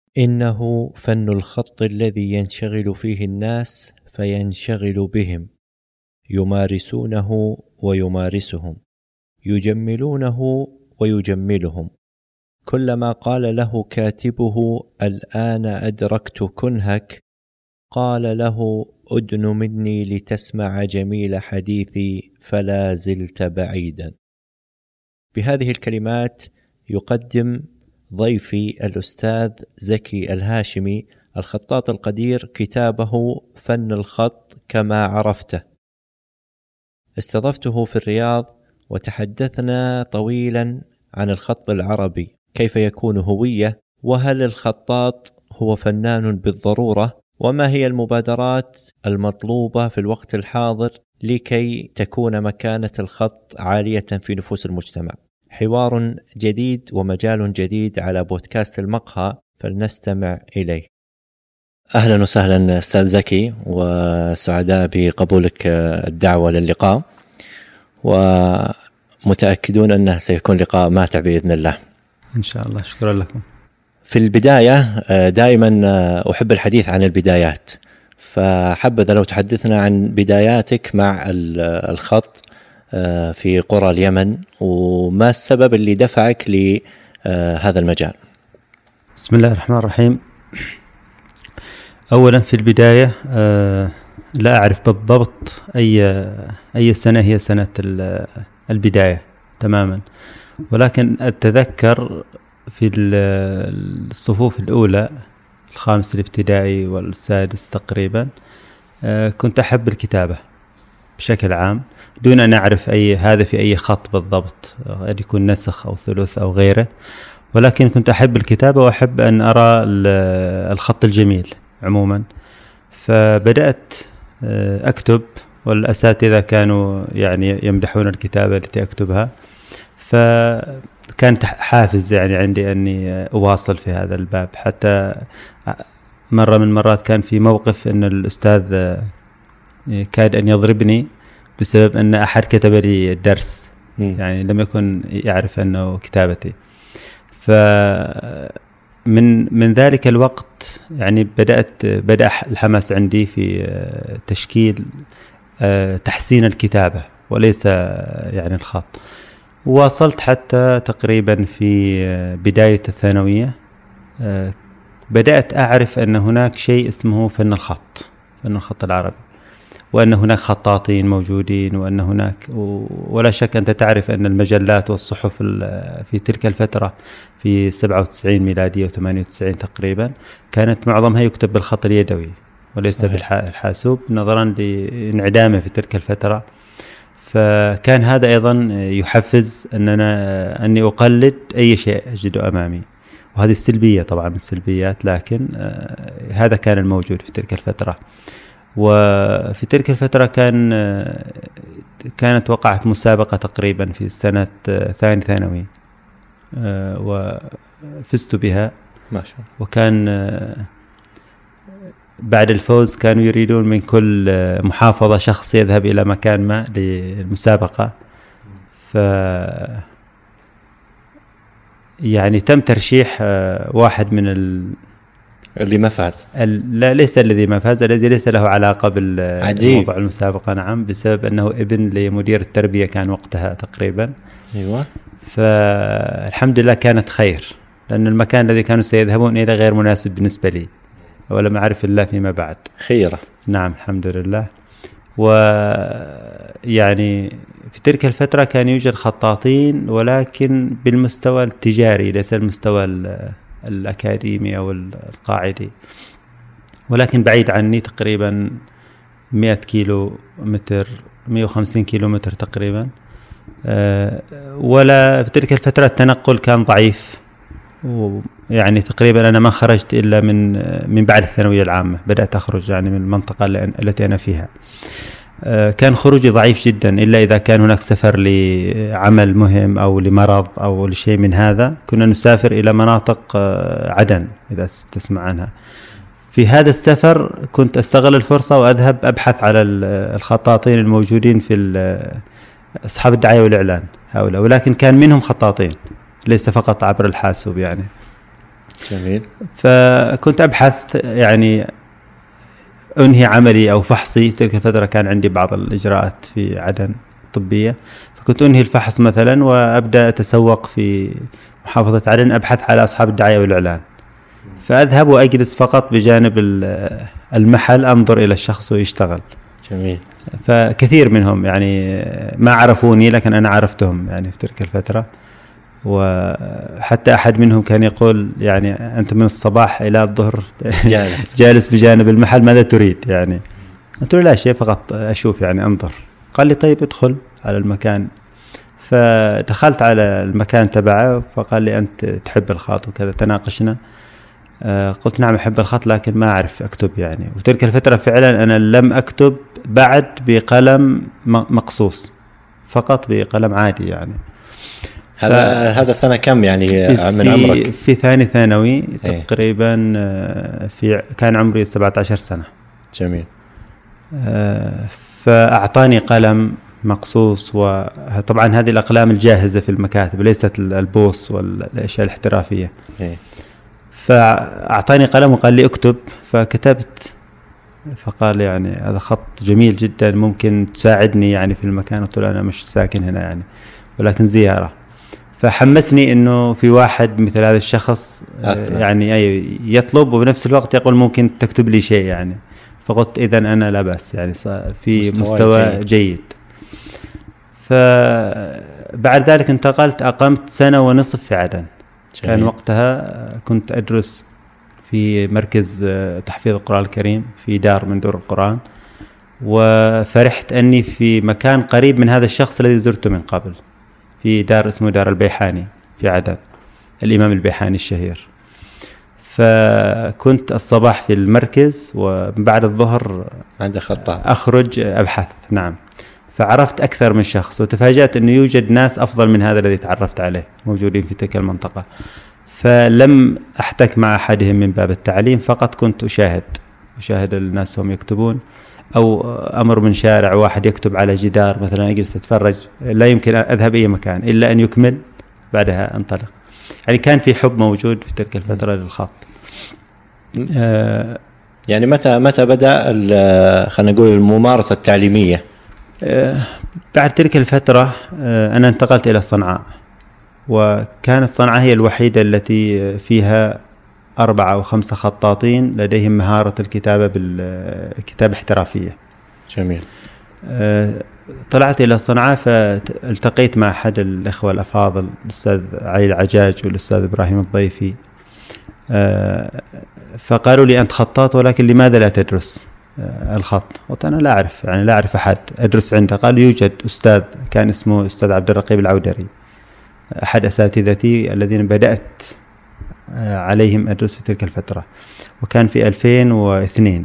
إنه فن الخط الذي ينشغل فيه الناس فينشغل بهم، يمارسونه ويمارسهم، يجملونه ويجملهم. كلما قال له كاتبه الآن أدركت كنهك، قال له أدن مني لتسمع جميل حديثي فلا زلت بعيدا. بهذه الكلمات يقدم ضيفي الأستاذ زكي الهاشمي الخطاط القدير كتابه فن الخط كما عرفته. استضفته في الرياض وتحدثنا طويلا عن الخط العربي، كيف يكون هوية، وهل الخطاط هو فنان بالضرورة، وما هي المبادرات المطلوبة في الوقت الحاضر لكي تكون مكانة الخط عالية في نفوس المجتمع. حوار جديد ومجال جديد على بودكاست المقهى، فلنستمع إليه. أهلا وسهلا أستاذ زكي، وسعداء بقبولك الدعوة للقاء، ومتأكدون أنه سيكون لقاء ماتع بإذن الله إن شاء الله. شكرا لكم. في البداية دائما أحب الحديث عن البدايات، فحبذا لو تحدثنا عن بداياتك مع الخط في قرى اليمن، وما السبب اللي دفعك لهذا المجال. بسم الله الرحمن الرحيم. أولا في البداية لا أعرف بالضبط أي سنة هي سنة البداية تماما، ولكن أتذكر في الصفوف الأولى، الخامس الابتدائي والسادس تقريبا، كنت أحب الكتابة بشكل عام دون أن أعرف هذا في أي خط بالضبط، قد يكون نسخ أو ثلث أو غيره، ولكن كنت أحب الكتابة وأحب أن أرى الخط الجميل عموما. فبدأت أكتب، والأساتذة كانوا يعني يمدحون الكتابة التي أكتبها، فكانت حافز يعني عندي أني أواصل في هذا الباب. حتى مرة من المرات كان في موقف أن الأستاذ كاد أن يضربني بسبب أن أحد كتب لي الدرس، يعني لم يكن يعرف أنه كتابتي. من ذلك الوقت يعني بدأ الحماس عندي في تشكيل تحسين الكتابة وليس يعني الخط. وواصلت حتى تقريبا في بداية الثانوية بدأت أعرف أن هناك شيء اسمه فن الخط العربي، وأن هناك خطاطين موجودين، وأن هناك، ولا شك أنت تعرف أن المجلات والصحف في تلك الفترة في 97 ميلادية و98 تقريبا كانت معظمها يكتب بالخط اليدوي وليس بالحاسوب، نظرا لانعدامه في تلك الفترة. فكان هذا أيضا يحفز أني أقلد أي شيء أجده أمامي، وهذه السلبية طبعا من السلبيات، لكن هذا كان الموجود في تلك الفترة. وفي تلك الفترة كانت وقعت مسابقة تقريبا في سنة ثاني ثانوي، وفزت بها ما شاء الله. وكان بعد الفوز كانوا يريدون من كل محافظة شخص يذهب إلى مكان ما للمسابقة، يعني تم ترشيح واحد من اللي ما فاز، لا ليس الذي ما فاز، الذي ليس له علاقة بالموضوع المسابقة، نعم، بسبب أنه ابن لمدير التربية كان وقتها تقريبا. أيوة. فالحمد لله كانت خير، لأن المكان الذي كانوا سيذهبون إليه غير مناسب بالنسبة لي، ولم أعرف الله فيما بعد. خيرة. نعم الحمد لله. ويعني في تلك الفترة كان يوجد خطاطين، ولكن بالمستوى التجاري ليس المستوى الأكاديمي أو القاعدي، ولكن بعيد عني تقريبا 100 كيلو متر، 150 كيلو متر تقريبا. ولا في تلك الفترة التنقل كان ضعيف، ويعني تقريبا أنا ما خرجت إلا من بعد الثانوية العامة، بدأت أخرج يعني من المنطقة التي أنا فيها. كان خروجي ضعيف جدا، إلا إذا كان هناك سفر لعمل مهم أو لمرض أو لشيء من هذا، كنا نسافر إلى مناطق عدن إذا تسمع عنها. في هذا السفر كنت أستغل الفرصة وأذهب أبحث على الخطاطين الموجودين في أصحاب الدعاية والإعلان هؤلاء، ولكن كان منهم خطاطين ليس فقط عبر الحاسوب يعني. جميل. فكنت أبحث يعني أنهي عملي أو فحصي. في تلك الفترة كان عندي بعض الإجراءات في عدن طبية، فكنت أنهي الفحص مثلا وأبدأ أتسوق في محافظة عدن، أبحث على أصحاب الدعاية والإعلان، فأذهب وأجلس فقط بجانب المحل أنظر إلى الشخص ويشتغل. جميل. فكثير منهم يعني ما عرفوني لكن أنا عرفتهم يعني في تلك الفترة. وحتى أحد منهم كان يقول يعني أنت من الصباح إلى الظهر جالس بجانب المحل، ماذا تريد يعني؟ قلت له لا شيء، فقط أشوف يعني أنظر. قال لي طيب ادخل على المكان. فدخلت على المكان تبعه فقال لي أنت تحب الخط وكذا، تناقشنا. قلت نعم أحب الخط لكن ما أعرف أكتب يعني. وتلك الفترة فعلا أنا لم أكتب بعد بقلم مقصوص، فقط بقلم عادي يعني. هذا سنة كم يعني من عمرك؟ في ثاني ثانوي تقريبا. كان عمري 17 سنة. جميل. فأعطاني قلم مقصوص، وطبعا هذه الأقلام الجاهزة في المكاتب ليست البوص والأشياء الاحترافية. فأعطاني قلم وقال لي اكتب، فكتبت. فقال يعني هذا خط جميل جدا، ممكن تساعدني يعني في المكان. قلت له أنا مش ساكن هنا يعني ولكن زيارة. فحمسني إنه في واحد مثل هذا الشخص يعني يطلب وبنفس الوقت يقول ممكن تكتب لي شيء يعني. فقلت إذن أنا لا بأس يعني في مستوى جيد. فبعد ذلك انتقلت، أقمت 1.5 سنة في عدن. كان وقتها كنت أدرس في مركز تحفيظ القرآن الكريم في دار من دور القرآن، وفرحت أني في مكان قريب من هذا الشخص الذي زرته من قبل، في دار اسمه دار البيحاني في عدن، الإمام البيحاني الشهير. فكنت الصباح في المركز وبعد الظهر عند خطاط أخرج أبحث. نعم. فعرفت أكثر من شخص، وتفاجأت أنه يوجد ناس أفضل من هذا الذي تعرفت عليه موجودين في تلك المنطقة. فلم أحتك مع أحدهم من باب التعليم، فقط كنت أشاهد الناس هم يكتبون، أو أمر من شارع واحد يكتب على جدار مثلا أجلس أتفرج، لا يمكن أذهب أي مكان إلا أن يكمل بعدها أنطلق. يعني كان في حب موجود في تلك الفترة للخط. يعني متى بدأ خلينا نقول الممارسة التعليمية؟ بعد تلك الفترة أنا انتقلت إلى صنعاء، وكانت صنعاء هي الوحيدة التي فيها 4 أو 5 خطاطين لديهم مهارة الكتابة بالكتابة احترافية. جميل. طلعت إلى صنعاء فالتقيت مع أحد الإخوة الأفاضل الأستاذ علي العجاج والأستاذ إبراهيم الضيفي. فقالوا لي أنت خطاط ولكن لماذا لا تدرس الخط؟ قلت أنا لا أعرف، يعني لا أعرف أحد أدرس عنده. قال يوجد أستاذ كان اسمه أستاذ عبد الرقيب العودري، أحد أساتذتي الذين بدأت عليهم أدرس في تلك الفترة، وكان في 2002.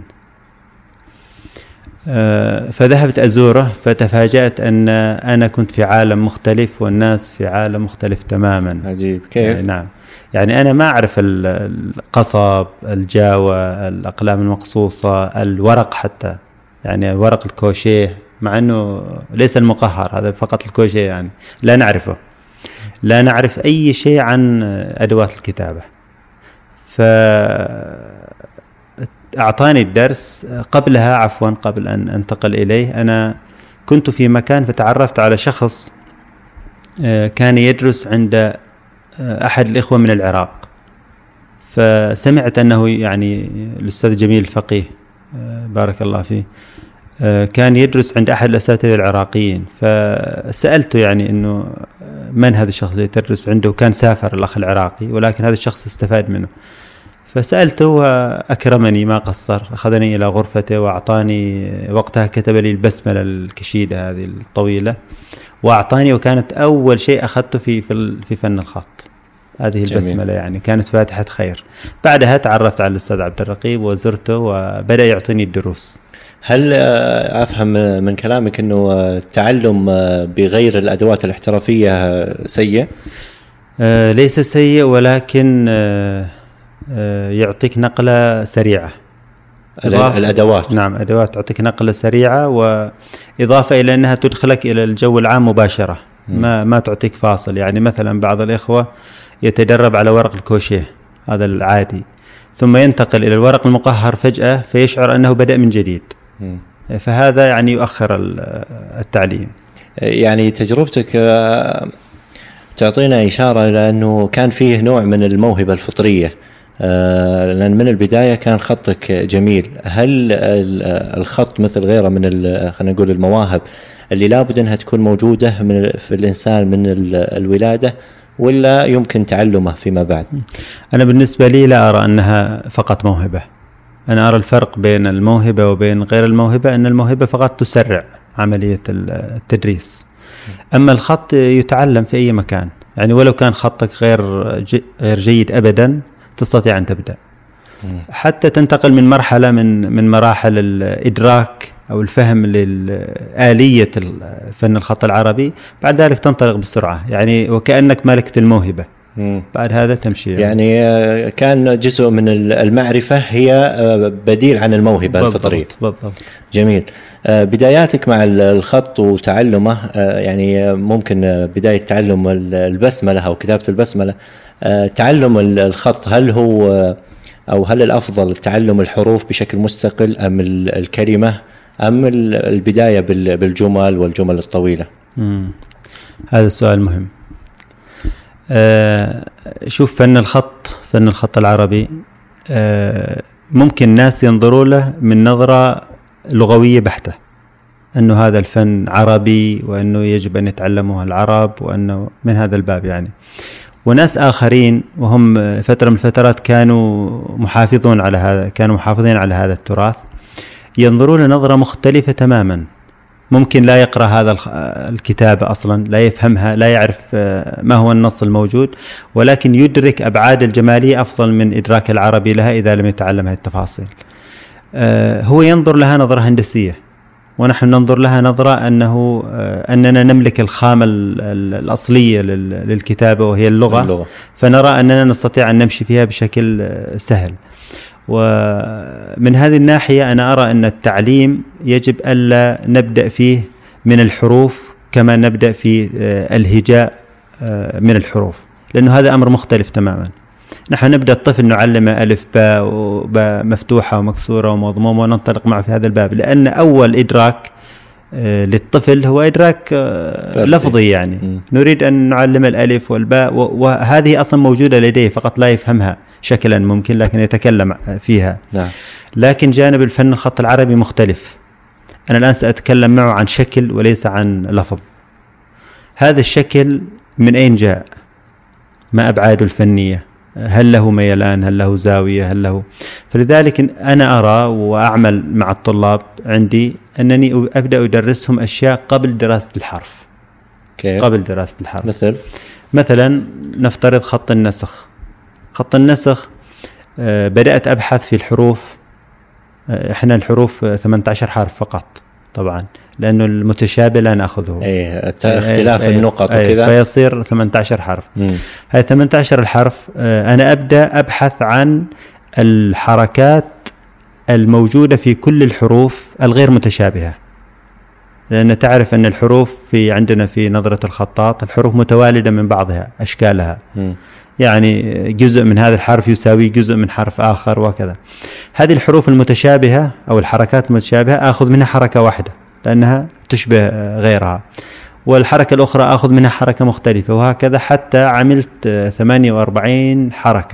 فذهبت أزوره، فتفاجأت أن أنا كنت في عالم مختلف والناس في عالم مختلف تماما. عجيب. كيف؟ نعم. يعني أنا ما أعرف القصب، الجاوة، الأقلام المقصوصة، الورق حتى، يعني ورق الكوشيه، مع أنه ليس المقهر، هذا فقط الكوشيه، يعني لا نعرفه، لا نعرف أي شيء عن أدوات الكتابة. فأعطاني الدرس. قبلها قبل أن أنتقل إليه، أنا كنت في مكان فتعرفت على شخص كان يدرس عند أحد الإخوة من العراق. فسمعت أنه يعني الأستاذ جميل الفقيه بارك الله فيه كان يدرس عند أحد الأساتذة العراقيين. فسألته يعني أنه من هذا الشخص اللي تدرس عنده؟ كان سافر الأخ العراقي ولكن هذا الشخص استفاد منه. فسألته وأكرمني ما قصر، أخذني إلى غرفته وأعطاني، وقتها كتب لي البسملة الكشيدة هذه الطويلة وأعطاني، وكانت أول شيء أخذته في فن الخط هذه البسملة. يعني كانت فاتحة خير. بعدها تعرفت على الأستاذ عبد الرقيب وزرته وبدأ يعطيني الدروس. هل أفهم من كلامك أنه التعلم بغير الأدوات الاحترافية سيء؟ ليس سيء، ولكن يعطيك نقلة سريعة. الأدوات. نعم، أدوات تعطيك نقلة سريعة، وإضافة إلى أنها تدخلك إلى الجو العام مباشرة، ما تعطيك فاصل. يعني مثلا بعض الإخوة يتدرب على ورق الكوشيه، هذا العادي، ثم ينتقل إلى الورق المقهر فجأة فيشعر أنه بدأ من جديد. فهذا يعني يؤخر التعليم. يعني تجربتك تعطينا إشارة إلى أنه كان فيه نوع من الموهبة الفطرية، لأن من البداية كان خطك جميل. هل الخط مثل غيره من خلينا نقول المواهب اللي لابد أنها تكون موجودة في الإنسان من الولادة، ولا يمكن تعلمه فيما بعد؟ أنا بالنسبة لي لا أرى أنها فقط موهبة. أنا أرى الفرق بين الموهبة وبين غير الموهبة، أن الموهبة فقط تسرع عملية التدريس، أما الخط يتعلم في أي مكان. يعني ولو كان خطك غير جيد أبدا تستطيع أن تبدأ، حتى تنتقل من مرحلة من مراحل الإدراك أو الفهم لآلية فن الخط العربي، بعد ذلك تنطلق بسرعة، يعني وكأنك ملكت الموهبة. بعد هذا تمشي. يعني كان جزء من المعرفة هي بديل عن الموهبة الفطرية. بالضبط. جميل. بداياتك مع الخط وتعلمه، يعني ممكن بداية تعلم البسملة أو كتابة البسملة، تعلم الخط هل هو أو هل الأفضل تعلم الحروف بشكل مستقل أم الكلمة أم البداية بالجمل والجمل الطويلة؟ هذا السؤال مهم. شوف، فن الخط العربي ممكن الناس ينظروا له من نظرة لغوية بحتة، أنه هذا الفن عربي وأنه يجب أن يتعلمه العرب، وأنه من هذا الباب يعني. وناس آخرين وهم فترة من الفترات كانوا محافظين على هذا التراث، ينظرون لنظرة مختلفة تماما. ممكن لا يقرأ هذا الكتابة أصلا، لا يفهمها، لا يعرف ما هو النص الموجود، ولكن يدرك أبعاد الجمالية أفضل من إدراك العربي لها إذا لم يتعلم هذه التفاصيل. هو ينظر لها نظرة هندسية، ونحن ننظر لها نظرة أننا نملك الخامة الأصلية للكتابة وهي اللغة، فنرى أننا نستطيع أن نمشي فيها بشكل سهل. ومن هذه الناحية أنا أرى أن التعليم يجب ألا نبدأ فيه من الحروف كما نبدأ في الهجاء من الحروف، لأنه هذا أمر مختلف تماما. نحن نبدأ الطفل نعلمه ألف باء وباء مفتوحة ومكسورة ومضمومة وننطلق معه في هذا الباب، لأن أول إدراك للطفل هو إدراك لفظي، يعني نريد أن نعلم الألف والباء، وهذه أصلا موجودة لديه فقط لا يفهمها شكلا ممكن، لكن يتكلم فيها. لكن جانب الفن الخط العربي مختلف. أنا الآن سأتكلم معه عن شكل وليس عن لفظ. هذا الشكل من أين جاء؟ ما أبعاده الفنية؟ هل له ميلان؟ هل له زاوية؟ هل له؟ فلذلك أنا أرى وأعمل مع الطلاب عندي أنني أبدأ أدرسهم أشياء قبل دراسة الحرف. قبل دراسة الحرف مثلا نفترض خط النسخ. بدأت أبحث في الحروف. إحنا الحروف 18 حرف فقط طبعا، لأنه المتشابه لا نأخذه، اختلاف النقط وكذا، فيصير 18 حرف. هاي 18 الحرف أنا أبدأ أبحث عن الحركات الموجودة في كل الحروف الغير متشابهة، لأن تعرف أن الحروف عندنا في نظرة الخطاط الحروف متوالدة من بعضها أشكالها، يعني جزء من هذا الحرف يساوي جزء من حرف آخر وكذا. هذه الحروف المتشابهة أو الحركات المتشابهة أخذ منها حركة واحدة لأنها تشبه غيرها، والحركة الأخرى أخذ منها حركة مختلفة، وهكذا حتى عملت 48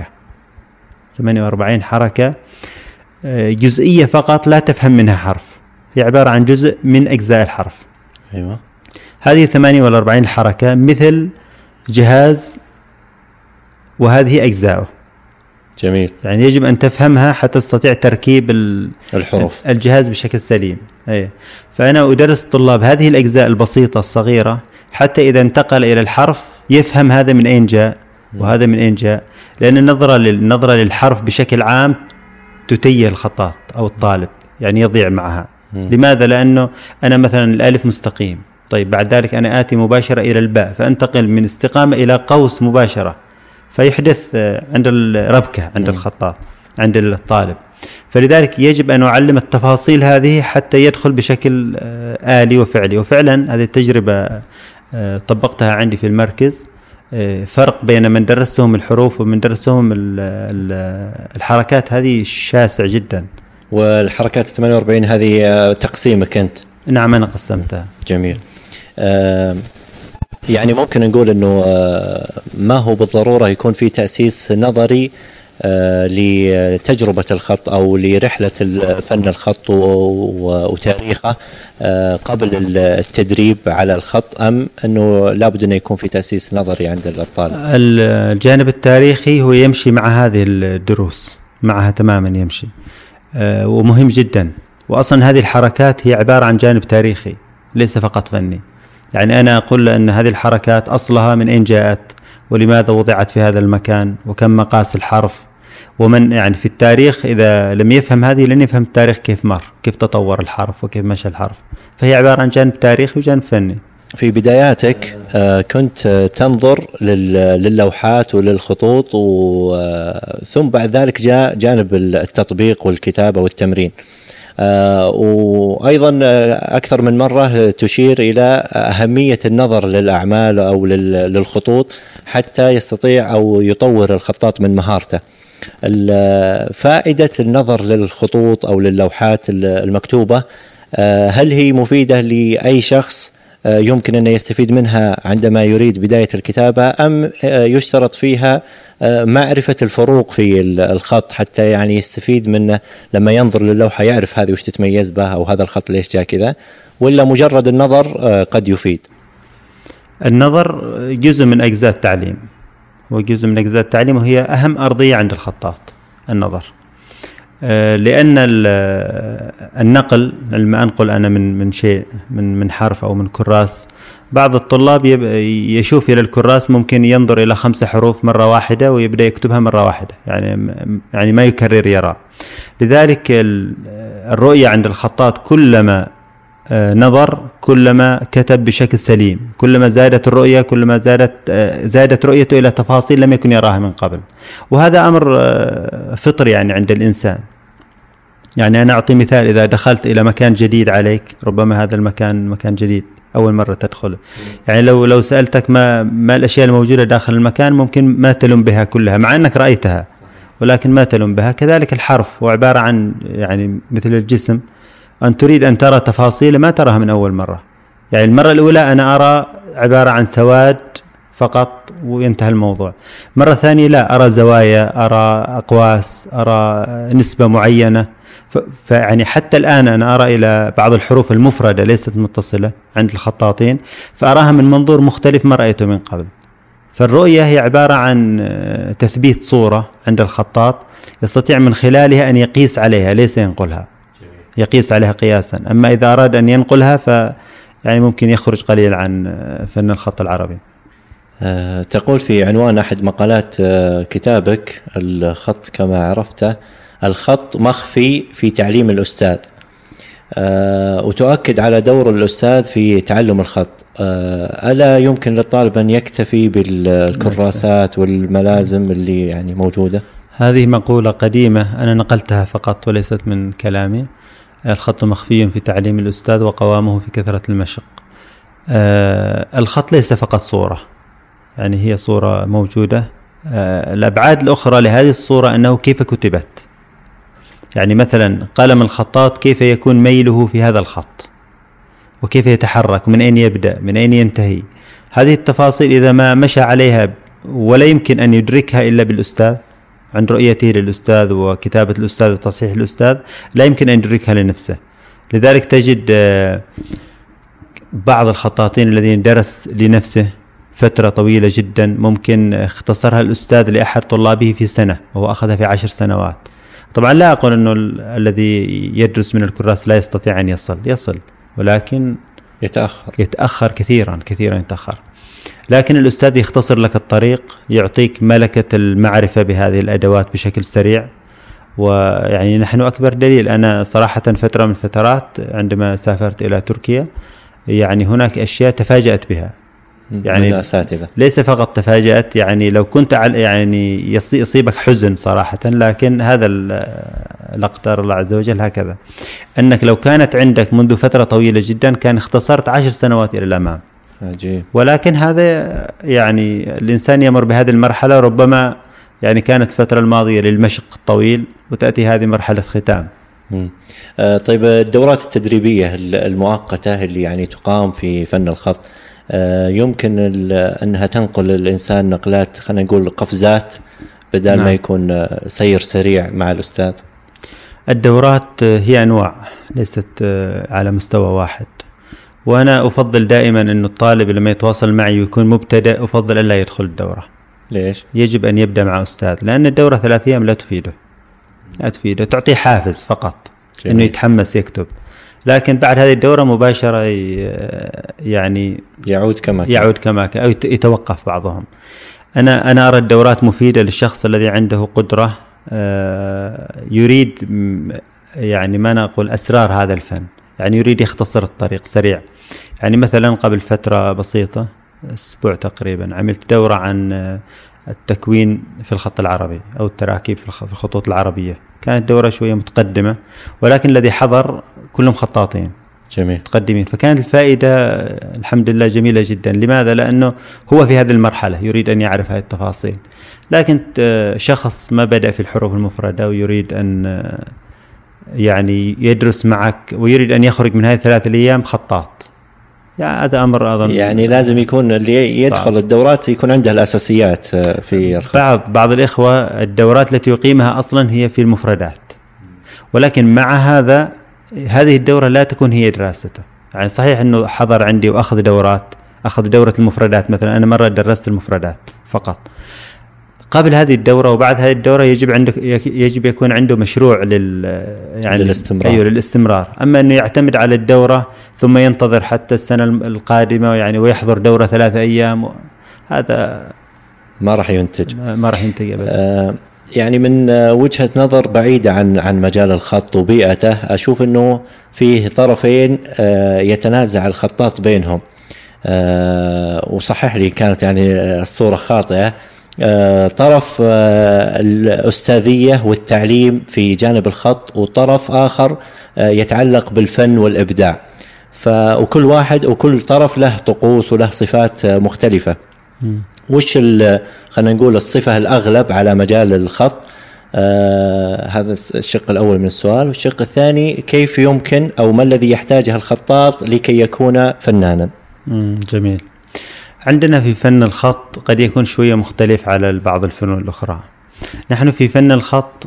حركة جزئية فقط لا تفهم منها حرف، هي عبارة عن جزء من أجزاء الحرف. أيوة. هذه 48 حركة مثل جهاز وهذه أجزاؤه. جميل. يعني يجب أن تفهمها حتى تستطيع تركيب الحروف الجهاز بشكل سليم. فأنا أدرس الطلاب هذه الأجزاء البسيطة الصغيرة حتى إذا انتقل إلى الحرف يفهم هذا من أين جاء وهذا من أين جاء، لأن النظرة للحرف بشكل عام تتيه الخطاط أو الطالب، يعني يضيع معها. لماذا؟ لأنه أنا مثلا الألف مستقيم، طيب بعد ذلك أنا آتي مباشرة إلى الباء، فأنتقل من استقامة إلى قوس مباشرة، فيحدث عند الربكة عند الخطاط عند الطالب. فلذلك يجب أن أعلم التفاصيل هذه حتى يدخل بشكل آلي وفعلي. وفعلا هذه التجربة طبقتها عندي في المركز، فرق بين من درسهم الحروف ومن درسهم الحركات، هذه شاسع جدا. والحركات 48 هذه تقسيمك أنت؟ نعم أنا قسمتها. جميل. يعني ممكن نقول أنه ما هو بالضرورة يكون في تأسيس نظري لتجربة الخط أو لرحلة فن الخط وتاريخه قبل التدريب على الخط، أم أنه لابد أن يكون في تأسيس نظري عند الطالب؟ الجانب التاريخي هو يمشي مع هذه الدروس، معها تماما يمشي، ومهم جدا. وأصلا هذه الحركات هي عبارة عن جانب تاريخي ليس فقط فني. يعني أنا أقول أن هذه الحركات أصلها من أين جاءت، ولماذا وضعت في هذا المكان، وكم مقاس الحرف، ومن يعني في التاريخ إذا لم يفهم هذه لن يفهم التاريخ كيف مر، كيف تطور الحرف وكيف مشى الحرف. فهي عبارة عن جانب تاريخي وجانب فني. في بداياتك كنت تنظر للوحات وللخطوط، ثم بعد ذلك جاء جانب التطبيق والكتابة والتمرين، وأيضا أكثر من مرة تشير إلى أهمية النظر للأعمال أو للخطوط حتى يستطيع أو يطور الخطاط من مهارته. فائدة النظر للخطوط أو للوحات المكتوبة هل هي مفيدة لأي شخص يمكن أن يستفيد منها عندما يريد بداية الكتابة، أم يشترط فيها معرفة الفروق في الخط حتى يعني يستفيد منه لما ينظر للوحة يعرف هذه وش تتميز به أو هذا الخط ليش جاء كذا، ولا مجرد النظر قد يفيد؟ النظر جزء من أجزاء التعليم، وجزء من أجزاء التعليم وهي أهم أرضية عند الخطاط النظر. لأن النقل لما أنقل أنا من شيء من حرف أو من كراس، بعض الطلاب يشوف إلى الكراس ممكن ينظر إلى 5 حروف مرة واحدة ويبدأ يكتبها مرة واحدة، يعني ما يكرر يرى. لذلك الرؤية عند الخطاط كلما نظر كلما كتب بشكل سليم، كلما زادت الرؤية كلما زادت رؤيته إلى تفاصيل لم يكن يراها من قبل. وهذا أمر فطري يعني عند الإنسان. يعني أنا أعطي مثال، إذا دخلت إلى مكان جديد عليك، ربما هذا المكان مكان جديد أول مرة تدخله، يعني لو سألتك ما الأشياء الموجودة داخل المكان ممكن ما تلم بها كلها مع أنك رأيتها، ولكن ما تلم بها. كذلك الحرف هو عبارة عن يعني مثل الجسم، أن تريد أن ترى تفاصيل ما تراها من أول مرة. يعني المرة الأولى أنا أرى عبارة عن سواد فقط وينتهى الموضوع. مرة ثانية لا، أرى زوايا، أرى أقواس، أرى نسبة معينة. فيعني حتى الآن أنا أرى إلى بعض الحروف المفردة ليست متصلة عند الخطاطين، فأراها من منظور مختلف ما رأيته من قبل. فالرؤية هي عبارة عن تثبيت صورة عند الخطاط يستطيع من خلالها أن يقيس عليها ليس ينقلها، يقيس عليها قياسا. أما إذا أراد أن ينقلها يعني ممكن يخرج قليل عن فن الخط العربي. تقول في عنوان أحد مقالات كتابك: الخط كما عرفته الخط مخفي في تعليم الأستاذ، وتؤكد على دور الأستاذ في تعلم الخط. ألا يمكن للطالب أن يكتفي بالكراسات والملازم اللي يعني موجودة؟ هذه مقولة قديمة أنا نقلتها فقط وليست من كلامي. الخط مخفي في تعليم الأستاذ وقوامه في كثرة المشق. الخط ليس فقط صورة، يعني هي صورة موجودة. الأبعاد الأخرى لهذه الصورة أنه كيف كتبت. يعني مثلا قلم الخطاط كيف يكون ميله في هذا الخط، وكيف يتحرك، من أين يبدأ من أين ينتهي. هذه التفاصيل إذا ما مشى عليها ولا يمكن أن يدركها إلا بالأستاذ عند رؤيته للأستاذ وكتابة الأستاذ وتصحيح الأستاذ، لا يمكن أن يدركها لنفسه. لذلك تجد بعض الخطاطين الذين درس لنفسه فترة طويلة جدا ممكن اختصرها الأستاذ لأحد طلابه في سنة وهو أخذها في 10 سنوات. طبعا لا أقول أنه الذي يدرس من الكراس لا يستطيع أن يصل، ولكن يتأخر كثيرا يتأخر. لكن الأستاذ يختصر لك الطريق، يعطيك ملكة المعرفة بهذه الأدوات بشكل سريع. ويعني نحن أكبر دليل، أنا صراحة فترة من فترات عندما سافرت إلى تركيا يعني هناك أشياء تفاجأت بها، يعني ليس فقط تفاجأت، يعني لو كنت يعني يصيبك حزن صراحة. لكن هذا الأقدار الله عز وجل هكذا، أنك لو كانت عندك منذ فترة طويلة جدا كان اختصرت 10 سنوات إلى الأمام. عجيب. ولكن هذا يعني الإنسان يمر بهذه المرحلة، ربما يعني كانت الفترة الماضية للمشق الطويل وتأتي هذه مرحلة ختام. طيب الدورات التدريبية المؤقتة اللي يعني تقام في فن الخط يمكن أنها تنقل الإنسان نقلات، خلينا نقول قفزات، بدل ما يكون سير سريع مع الأستاذ؟ الدورات هي أنواع، ليست على مستوى واحد، وأنا أفضل دائما أن الطالب لما يتواصل معي ويكون مبتدئ أفضل أن لا يدخل الدورة. ليش؟ يجب أن يبدأ مع أستاذ، لأن الدورة 3 أيام لا تفيده، تعطيه حافز فقط أنه يتحمس يكتب، لكن بعد هذه الدورة مباشرة يعني يعود كما أو يتوقف بعضهم. أنا أرى الدورات مفيدة للشخص الذي عنده قدرة يريد يعني ما نقول أسرار هذا الفن، يعني يريد يختصر الطريق سريع. يعني مثلا قبل فترة بسيطة، أسبوع تقريبا، عملت دورة عن التكوين في الخط العربي أو التراكيب في الخطوط العربية. كانت دورة شوية متقدمة، ولكن الذي حضر كلهم خطاطين جميل متقدمين، فكانت الفائدة الحمد لله جميلة جدا. لماذا؟ لأنه هو في هذه المرحلة يريد أن يعرف هذه التفاصيل، لكن شخص ما بدأ في الحروف المفردة ويريد أن يعني يدرس معك ويريد أن يخرج من هذه 3 أيام خطاط، يعني هذا أمر أظن يعني لازم يكون اللي يدخل صعب. الدورات يكون عنده الأساسيات في الخط. بعض الإخوة الدورات التي يقيمها أصلا هي في المفردات، ولكن مع هذا هذه الدورة لا تكون هي دراسته. يعني صحيح أنه حضر عندي وأخذ دورات، أخذ دورة المفردات مثلا، أنا مرة درست المفردات فقط قبل هذه الدورة، وبعد هذه الدورة يجب يكون عنده مشروع يعني للاستمرار. أما أنه يعتمد على الدورة ثم ينتظر حتى السنة القادمة يعني ويحضر دورة 3 أيام، هذا ما راح ينتج أبدا. يعني من وجهة نظر بعيدة عن مجال الخط وبيئته، أشوف أنه فيه طرفين يتنازع الخطاط بينهم، وصحح لي كانت يعني الصورة خاطئة. طرف الأستاذية والتعليم في جانب الخط، وطرف آخر يتعلق بالفن والإبداع، وكل واحد وكل طرف له طقوس وله صفات مختلفة. وش خلينا نقول الصفة الأغلب على مجال الخط؟ هذا الشق الأول من السؤال. والشق الثاني، كيف يمكن أو ما الذي يحتاجه الخطاط لكي يكون فنانا؟ جميل. عندنا في فن الخط قد يكون شوية مختلف على بعض الفنون الأخرى. نحن في فن الخط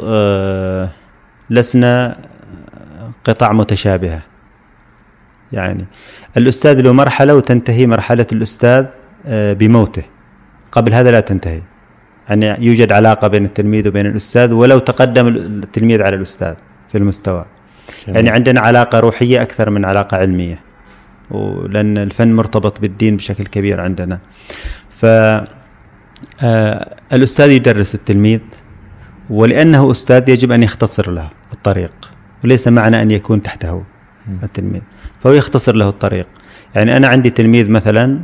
لسنا قطع متشابهة، يعني الأستاذ له مرحلة وتنتهي مرحلة الأستاذ بموته، قبل هذا لا تنتهي. يعني يوجد علاقة بين التلميذ وبين الأستاذ ولو تقدم التلميذ على الأستاذ في المستوى. يعني عندنا علاقة روحية أكثر من علاقة علمية، ولأن الفن مرتبط بالدين بشكل كبير عندنا. فالأستاذ يدرس التلميذ، ولأنه أستاذ يجب أن يختصر له الطريق، وليس معنى أن يكون تحته التلميذ، فهو يختصر له الطريق. يعني أنا عندي تلميذ مثلا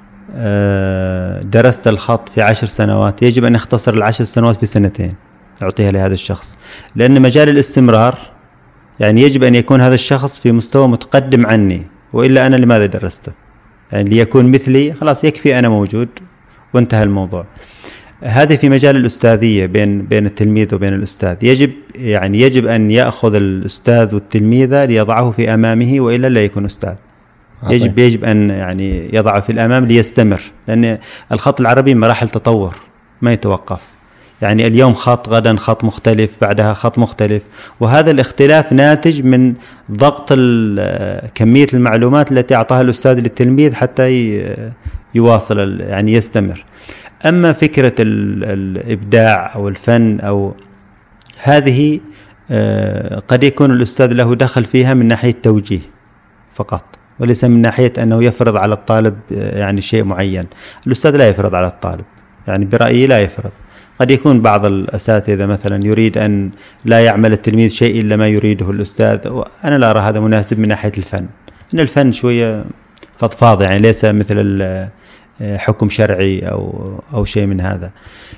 درست الخط في 10 سنوات، يجب أن يختصر 10 سنوات في 2 سنين أعطيها لهذا الشخص، لأن مجال الاستمرار يعني يجب أن يكون هذا الشخص في مستوى متقدم عني، وإلا أنا لماذا درسته؟ يعني ليكون مثلي، خلاص يكفي أنا موجود وانتهى الموضوع. هذا في مجال الأستاذية بين التلميذ وبين الأستاذ. يجب أن يأخذ الأستاذ والتلميذ ليضعه في أمامه، وإلا لا يكون أستاذ. يجب أن يعني يضعه في الأمام ليستمر، لأن الخط العربي مراحل تطور ما يتوقف. يعني اليوم خط، غدا خط مختلف، بعدها خط مختلف، وهذا الاختلاف ناتج من ضغط كمية المعلومات التي أعطاها الأستاذ للتلميذ حتى يواصل يعني يستمر. أما فكرة الإبداع أو الفن أو هذه قد يكون الأستاذ له دخل فيها من ناحية توجيه فقط، وليس من ناحية أنه يفرض على الطالب يعني شيء معين. الأستاذ لا يفرض على الطالب، يعني برأيي لا يفرض. قد يكون بعض الأساتذة مثلا يريد أن لا يعمل التلميذ شيء إلا ما يريده الأستاذ، وأنا لا أرى هذا مناسب من ناحية الفن. إن الفن شوية فضفاض، يعني ليس مثل حكم شرعي أو شيء من هذا.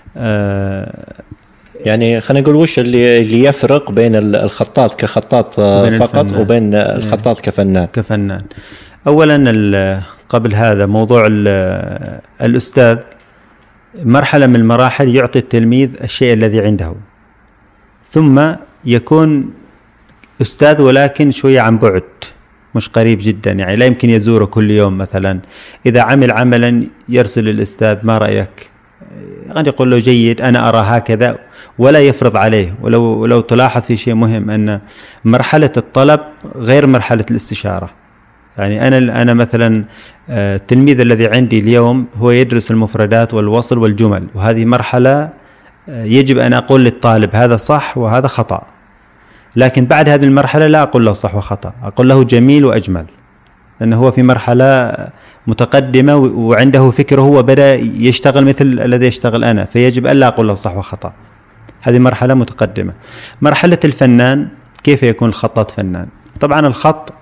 يعني خلينا نقول وش اللي يفرق بين الخطاط كخطاط فقط وبين الخطاط كفنان؟ أولا قبل هذا موضوع الأستاذ، مرحلة من المراحل يعطي التلميذ الشيء الذي عنده، ثم يكون أستاذ ولكن شوية عن بعد، مش قريب جدا، يعني لا يمكن يزوره كل يوم. مثلا إذا عمل عملا يرسل الأستاذ ما رأيك، قد يقول له جيد أنا أرى هكذا، ولا يفرض عليه. ولو تلاحظ في شيء مهم أن مرحلة الطلب غير مرحلة الاستشارة. يعني أنا مثلا التلميذ الذي عندي اليوم هو يدرس المفردات والوصل والجمل، وهذه مرحلة يجب أن أقول للطالب هذا صح وهذا خطأ. لكن بعد هذه المرحلة لا أقول له صح وخطأ، أقول له جميل وأجمل، لأنه هو في مرحلة متقدمة وعنده فكره، هو بدأ يشتغل مثل الذي يشتغل أنا، فيجب ألا أقول له صح وخطأ. هذه مرحلة متقدمة. مرحلة الفنان، كيف يكون الخطاط فنان؟ طبعا الخط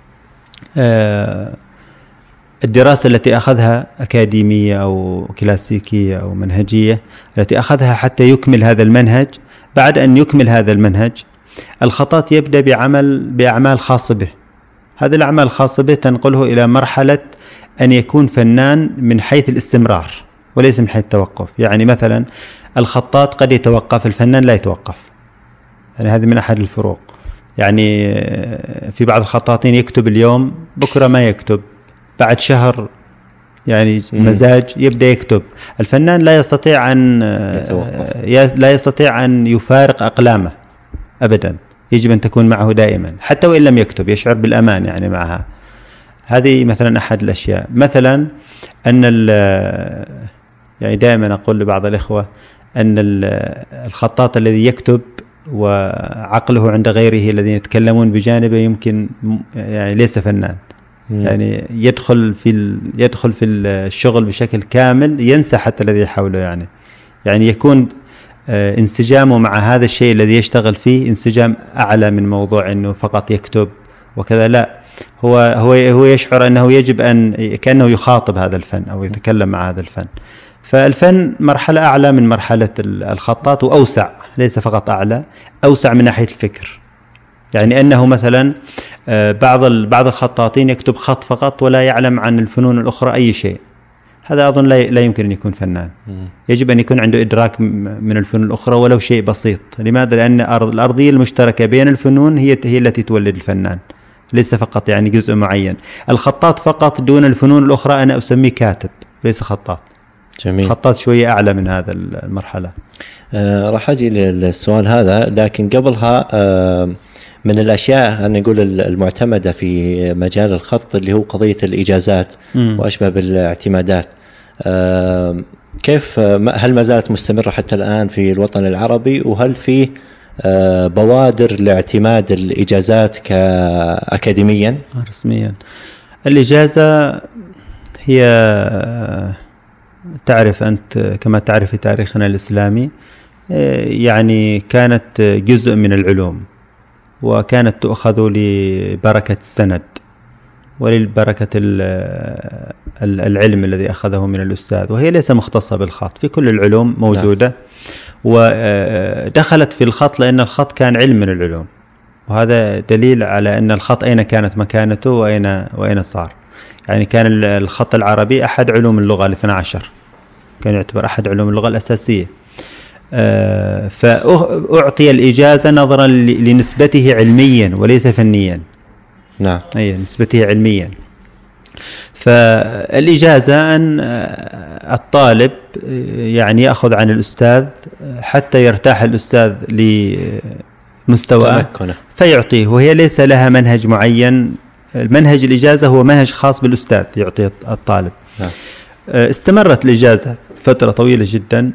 الدراسة التي أخذها أكاديمية أو كلاسيكية أو منهجية، التي أخذها حتى يكمل هذا المنهج. بعد أن يكمل هذا المنهج الخطاط يبدأ بأعمال خاصة به. هذه الأعمال الخاصة به تنقله إلى مرحلة أن يكون فنان من حيث الاستمرار وليس من حيث التوقف. يعني مثلا الخطاط قد يتوقف، الفنان لا يتوقف. يعني هذه من أحد الفروق. يعني في بعض الخطاطين يكتب اليوم بكرة ما يكتب، بعد شهر يعني مزاج يبدأ يكتب. الفنان لا يستطيع أن يفارق أقلامه أبدا، يجب أن تكون معه دائما حتى وإن لم يكتب، يشعر بالأمان يعني معها. هذه مثلا أحد الأشياء. مثلا أن يعني دائما أقول لبعض الإخوة أن الخطاط الذي يكتب وعقله عند غيره الذين يتكلمون بجانبه يمكن يعني ليس فنان. يعني يدخل في الشغل بشكل كامل، ينسى حتى الذي حوله. يعني يكون انسجامه مع هذا الشيء الذي يشتغل فيه انسجام أعلى من موضوع أنه فقط يكتب وكذا. لا، هو يشعر أنه يجب أن كأنه يخاطب هذا الفن أو يتكلم مع هذا الفن. فالفن مرحلة أعلى من مرحلة الخطاط، وأوسع، ليس فقط أعلى، أوسع من ناحية الفكر. يعني أنه مثلا بعض الخطاطين يكتب خط فقط ولا يعلم عن الفنون الأخرى أي شيء. هذا أظن لا يمكن أن يكون فنان. يجب أن يكون عنده إدراك من الفنون الأخرى ولو شيء بسيط. لماذا؟ لأن الأرضية المشتركة بين الفنون هي التي تولد الفنان، ليس فقط يعني جزء معين. الخطاط فقط دون الفنون الأخرى أنا أسميه كاتب، ليس خطاط. جميل. خطاط شوية أعلى من هذا المرحلة. راح أجي للسؤال هذا، لكن قبلها من الأشياء أن نقول المعتمدة في مجال الخط اللي هو قضية الإجازات وأشبه بالاعتمادات. كيف هل ما زالت مستمرة حتى الآن في الوطن العربي؟ وهل فيه بوادر لاعتماد الإجازات كأكاديميا رسميا؟ الإجازة هي تعرف أنت كما تعرف في تاريخنا الإسلامي يعني كانت جزء من العلوم، وكانت تؤخذ لبركة السند وللبركة العلم الذي أخذه من الأستاذ، وهي ليس مختصة بالخط، في كل العلوم موجودة. ودخلت في الخط لأن الخط كان علم من العلوم، وهذا دليل على أن الخط أين كانت مكانته وأين صار. يعني كان الخط العربي أحد علوم اللغة 12، كان يعتبر أحد علوم اللغة الأساسية. فأعطي الإجازة نظرا لنسبته علميا وليس فنيا. نعم، أي نسبته علميا. فالإجازة أن الطالب يعني يأخذ عن الأستاذ حتى يرتاح الأستاذ لمستوى فيعطيه، وهي ليس لها منهج معين. المنهج الإجازة هو منهج خاص بالأستاذ يعطي الطالب. نعم. استمرت الإجازة فترة طويلة جدا،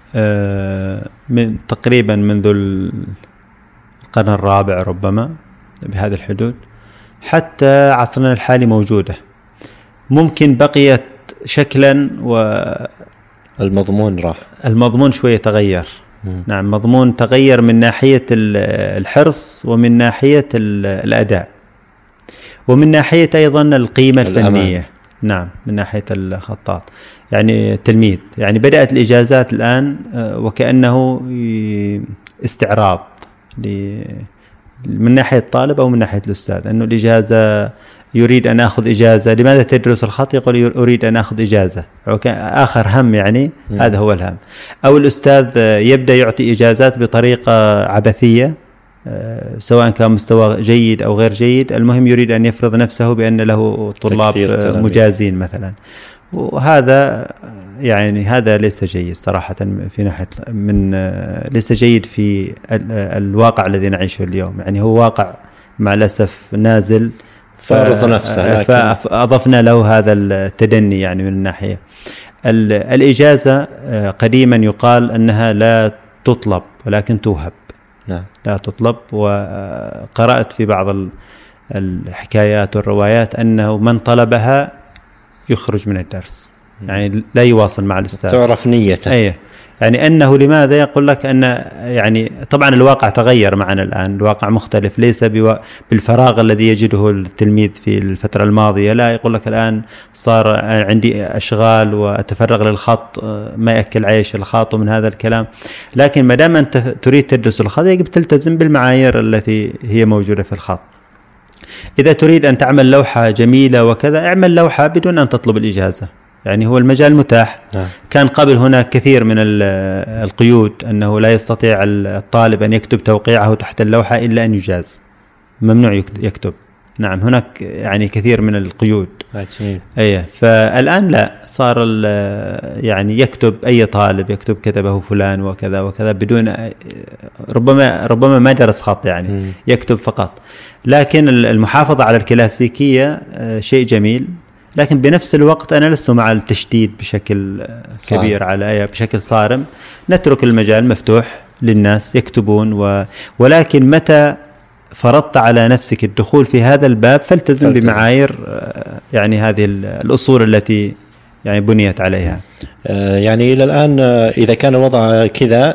من تقريبا منذ القرن الرابع ربما بهذه الحدود حتى عصرنا الحالي موجودة. ممكن بقيت شكلا والمضمون راح، المضمون شوية تغير. نعم، مضمون تغير من ناحية الحرص ومن ناحية الأداء ومن ناحية أيضا القيمة الفنية. نعم، من ناحية الخطاط يعني التلميذ. يعني بدأت الإجازات الآن وكأنه استعراض من ناحية الطالب أو من ناحية الأستاذ، أنه الإجازة يريد أن أخذ إجازة، لماذا تدرس الخط؟ يقول أريد أن أخذ إجازة، آخر هم يعني هذا هو الهم. أو الأستاذ يبدأ يعطي إجازات بطريقة عبثية، سواء كان مستوى جيد أو غير جيد، المهم يريد أن يفرض نفسه بأن له طلاب مجازين مثلا، وهذا يعني هذا ليس جيد صراحة في ناحية ليس جيد في الواقع الذي نعيشه اليوم. يعني هو واقع مع الأسف نازل، فرض نفسه، فأضفنا له هذا التدني يعني من الناحية. الإجازة قديما يقال أنها لا تطلب ولكن توهب. نعم. لا تطلب. وقرأت في بعض الحكايات والروايات أنه من طلبها يخرج من الدرس، يعني لا يواصل مع الأستاذ، تعرف نيته. أيه. يعني أنه لماذا؟ يقول لك أن يعني طبعا الواقع تغير معنا الآن، الواقع مختلف، ليس بالفراغ الذي يجده التلميذ في الفترة الماضية، لا، يقول لك الآن صار عندي أشغال وأتفرغ للخط، ما يأكل عيش الخط ومن هذا الكلام. لكن ما دام أنت تريد تدرس الخط يجب تلتزم بالمعايير التي هي موجودة في الخط. إذا تريد أن تعمل لوحة جميلة وكذا، اعمل لوحة بدون أن تطلب الإجازة، يعني هو المجال متاح. كان قبل هناك كثير من القيود، أنه لا يستطيع الطالب أن يكتب توقيعه تحت اللوحة إلا أن يجاز، ممنوع يكتب. نعم، هناك يعني كثير من القيود. أيه. فالآن لا، صار يعني يكتب أي طالب يكتب كتبه فلان وكذا وكذا بدون ربما ما درس خط، يعني يكتب فقط. لكن المحافظة على الكلاسيكية شيء جميل، لكن بنفس الوقت أنا لست مع التشديد بشكل كبير على بشكل صارم. نترك المجال مفتوح للناس يكتبون، ولكن متى فرضت على نفسك الدخول في هذا الباب فالتزم بمعايير يعني هذه الأصول التي يعني بنيت عليها. يعني إلى الآن إذا كان الوضع كذا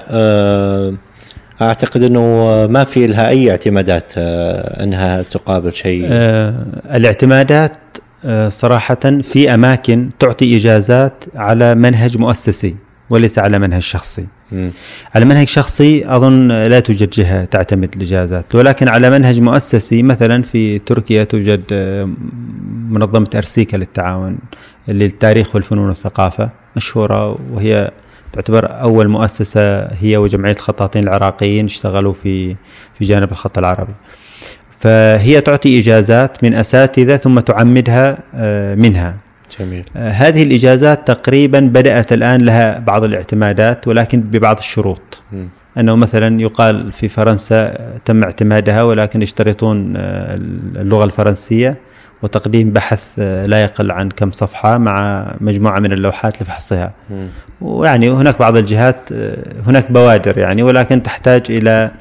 أعتقد أنه ما في لها أي اعتمادات أنها تقابل شيء. الاعتمادات صراحة في أماكن تعطي إجازات على منهج مؤسسي وليس على منهج شخصي. على منهج شخصي أظن لا توجد جهة تعتمد الإجازات، ولكن على منهج مؤسسي مثلا في تركيا توجد منظمة أرسيكا للتعاون للتاريخ والفنون والثقافة مشهورة، وهي تعتبر أول مؤسسة هي وجمعية الخطاطين العراقيين اشتغلوا في جانب الخط العربي. فهي تعطي إجازات من أساتذة ثم تعمدها منها. جميل. هذه الإجازات تقريبا بدأت الآن لها بعض الاعتمادات، ولكن ببعض الشروط. أنه مثلا يقال في فرنسا تم اعتمادها، ولكن يشترطون اللغة الفرنسية وتقديم بحث لا يقل عن كم صفحة مع مجموعة من اللوحات لفحصها. ويعني هناك بعض الجهات هناك بوادر يعني، ولكن تحتاج إلى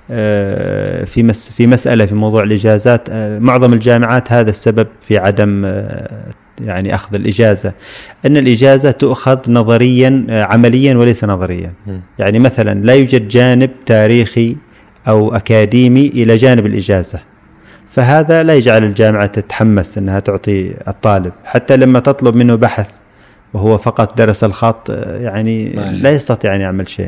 في مسألة في موضوع الإجازات. معظم الجامعات هذا السبب في عدم يعني أخذ الإجازة، أن الإجازة تؤخذ نظريا عمليا وليس نظريا. يعني مثلا لا يوجد جانب تاريخي أو أكاديمي إلى جانب الإجازة، فهذا لا يجعل الجامعة تتحمس أنها تعطي الطالب، حتى لما تطلب منه بحث وهو فقط درس الخط يعني لا يستطيع أن يعمل شيء.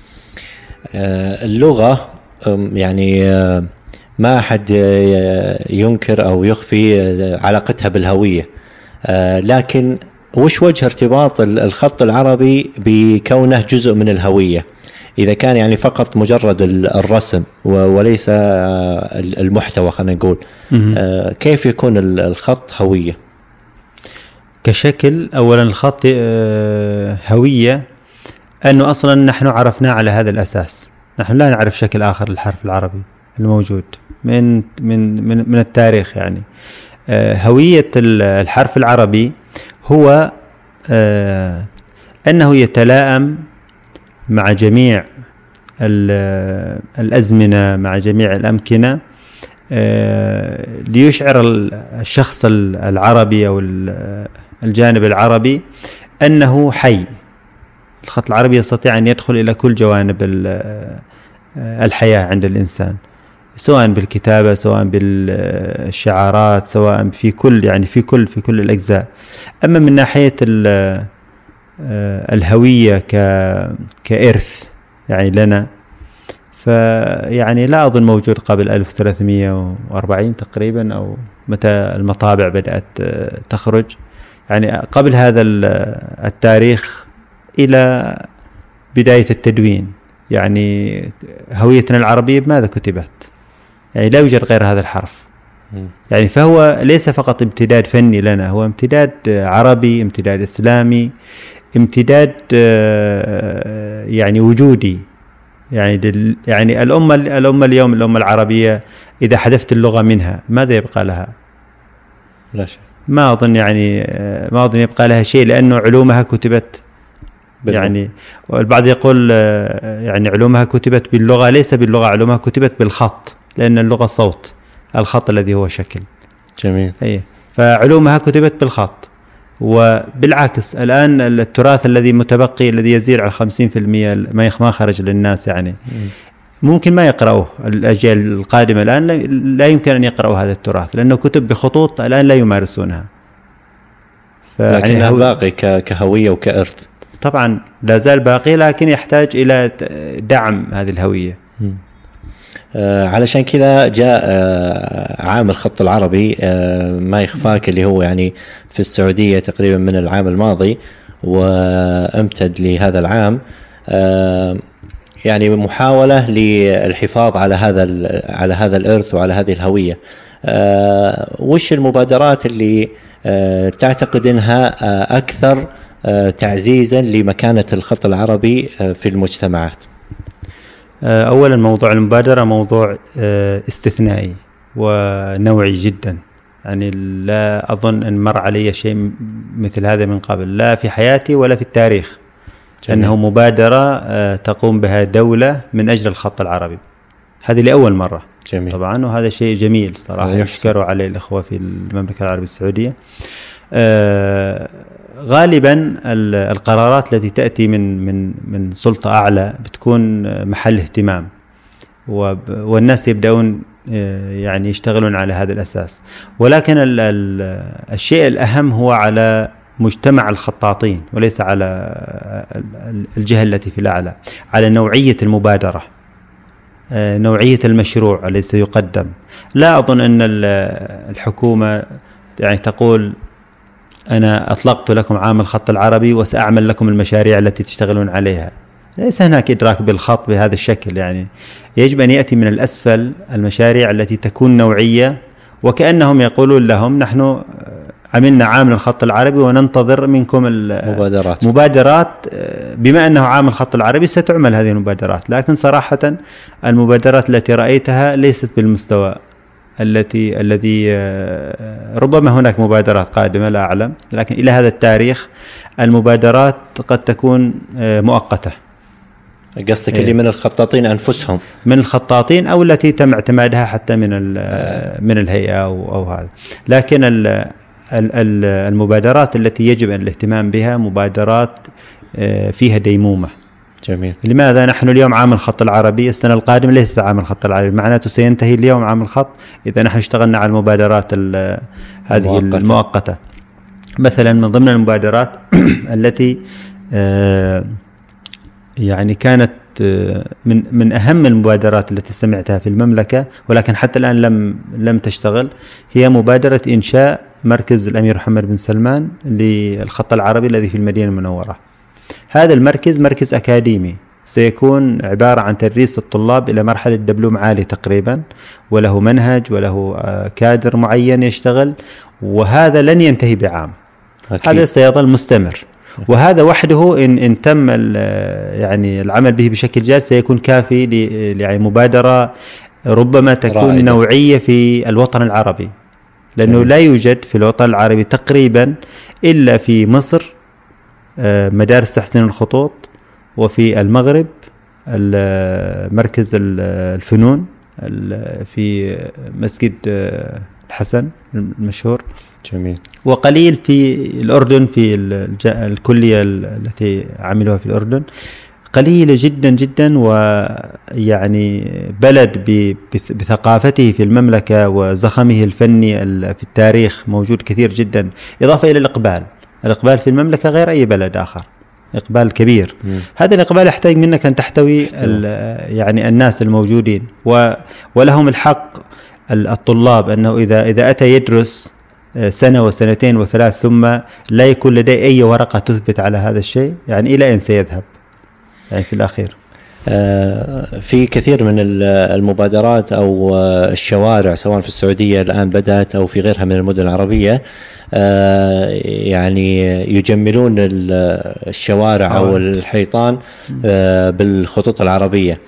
اللغة يعني ما أحد ينكر أو يخفي علاقتها بالهوية، لكن وش وجه ارتباط الخط العربي بكونه جزء من الهوية إذا كان يعني فقط مجرد الرسم وليس المحتوى؟ خلينا نقول كيف يكون الخط هوية كشكل؟ أولا الخط هوية أنه أصلا نحن عرفنا على هذا الأساس، نحن لا نعرف شكل آخر للحرف العربي الموجود من التاريخ. يعني هوية الحرف العربي هو أنه يتلائم مع جميع الأزمنة، مع جميع الأمكنة، ليشعر الشخص العربي أو الجانب العربي أنه حي. الخط العربي يستطيع أن يدخل إلى كل جوانب الحياة عند الإنسان، سواء بالكتابة، سواء بالشعارات، سواء في كل يعني في كل الأجزاء. أما من ناحية الهوية كإرث يعني لنا، فيعني لا أظن موجود قبل 1340 تقريبا، أو متى المطابع بدأت تخرج. يعني قبل هذا التاريخ إلى بداية التدوين، يعني هويتنا العربية بماذا كتبت؟ يعني لا يوجد غير هذا الحرف. يعني فهو ليس فقط امتداد فني لنا، هو امتداد عربي، امتداد إسلامي، امتداد يعني وجودي. يعني الأمة اليوم، الأمة العربية إذا حذفت اللغة منها ماذا يبقى لها؟ لا شيء. ما أظن يبقى لها شيء، لأنه علومها كتبت يعني البعض يقول يعني علومها كتبت باللغة، ليس باللغة، علومها كتبت بالخط، لأن اللغة صوت، الخط الذي هو شكل. جميل. فعلومها كتبت بالخط. وبالعكس الآن التراث الذي متبقي الذي يزيد على 50% ما خرج للناس، يعني ممكن ما يقرأوه الأجيال القادمة الآن، لا يمكن أن يقرأوا هذا التراث، لأنه كتب بخطوط الآن لا يمارسونها. لكنها باقي كهوية وكإرث. طبعا لا زال باقي، لكن يحتاج إلى دعم هذه الهوية. علشان كذا جاء عام الخط العربي ما يخفاك، اللي هو يعني في السعودية تقريبا من العام الماضي وامتد لهذا العام، يعني محاولة للحفاظ على هذا الإرث وعلى هذه الهوية. وش المبادرات اللي تعتقد انها أكثر تعزيزا لمكانة الخط العربي في المجتمعات؟ أولا موضوع المبادرة موضوع استثنائي ونوعي جدا، يعني لا أظن أن مر علي شيء مثل هذا من قبل، لا في حياتي ولا في التاريخ. جميل. أنه مبادرة تقوم بها دولة من أجل الخط العربي، هذه لأول مرة. جميل. طبعا وهذا شيء جميل صراحة، يشكروا عليه الأخوة في المملكة العربية السعودية. غالبا القرارات التي تأتي من سلطة أعلى بتكون محل اهتمام، والناس يبدأون يعني يشتغلون على هذا الأساس. ولكن الشيء الأهم هو على مجتمع الخطاطين، وليس على الجهة التي في الأعلى، على نوعية المبادرة، نوعية المشروع الذي سيقدم. لا أظن أن الحكومة يعني تقول أنا أطلقت لكم عام الخط العربي وسأعمل لكم المشاريع التي تشتغلون عليها. ليس هناك إدراك بالخط بهذا الشكل، يعني يجب أن يأتي من الأسفل المشاريع التي تكون نوعية، وكأنهم يقولون لهم نحن عملنا عام الخط العربي وننتظر منكم مبادرات. بما أنه عام الخط العربي ستعمل هذه المبادرات، لكن صراحة المبادرات التي رأيتها ليست بالمستوى الذي ربما هناك مبادرات قادمة لا أعلم، لكن إلى هذا التاريخ المبادرات قد تكون مؤقتة. قصدك اللي من الخطاطين أنفسهم، من الخطاطين أو التي تم اعتمادها حتى من الهيئة أو هذا. لكن المبادرات التي يجب أن الاهتمام بها مبادرات فيها ديمومة. جميل. لماذا نحن اليوم عام الخط العربي، السنة القادمة ليس عام الخط العربي، معناته سينتهي اليوم عام الخط إذا نحن اشتغلنا على المبادرات هذه المؤقتة. مثلا من ضمن المبادرات التي يعني كانت من أهم المبادرات التي سمعتها في المملكة، ولكن حتى الآن لم تشتغل، هي مبادرة إنشاء مركز الأمير محمد بن سلمان للخط العربي الذي في المدينة المنورة. هذا المركز مركز أكاديمي، سيكون عبارة عن تدريس الطلاب إلى مرحلة دبلوم عالي تقريبا، وله منهج وله كادر معين يشتغل، وهذا لن ينتهي بعام. أكيد. هذا سيظل مستمر، وهذا وحده إن تم يعني العمل به بشكل جاد سيكون كافي يعني مبادرة ربما تكون رائدة. نوعية في الوطن العربي، لأنه لا يوجد في الوطن العربي تقريبا إلا في مصر مدارس تحسين الخطوط، وفي المغرب مركز الفنون في مسجد الحسن المشهور. جميل. وقليل في الأردن في الكلية التي عملوها في الأردن، قليلة جدا جدا. ويعني بلد بثقافته في المملكة وزخمه الفني في التاريخ موجود كثير جدا، إضافة إلى الإقبال في المملكة غير أي بلد آخر. إقبال كبير. هذا الإقبال يحتاج منك أن تحتوي يعني الناس الموجودين، ولهم الحق الطلاب أنه إذا أتى يدرس سنة وسنتين وثلاث ثم لا يكون لديه أي ورقة تثبت على هذا الشيء، يعني إلى أين سيذهب يعني في الأخير؟ في كثير من المبادرات أو الشوارع سواء في السعودية الآن بدأت أو في غيرها من المدن العربية يعني يجملون الشوارع أو الحيطان بالخطوط العربية.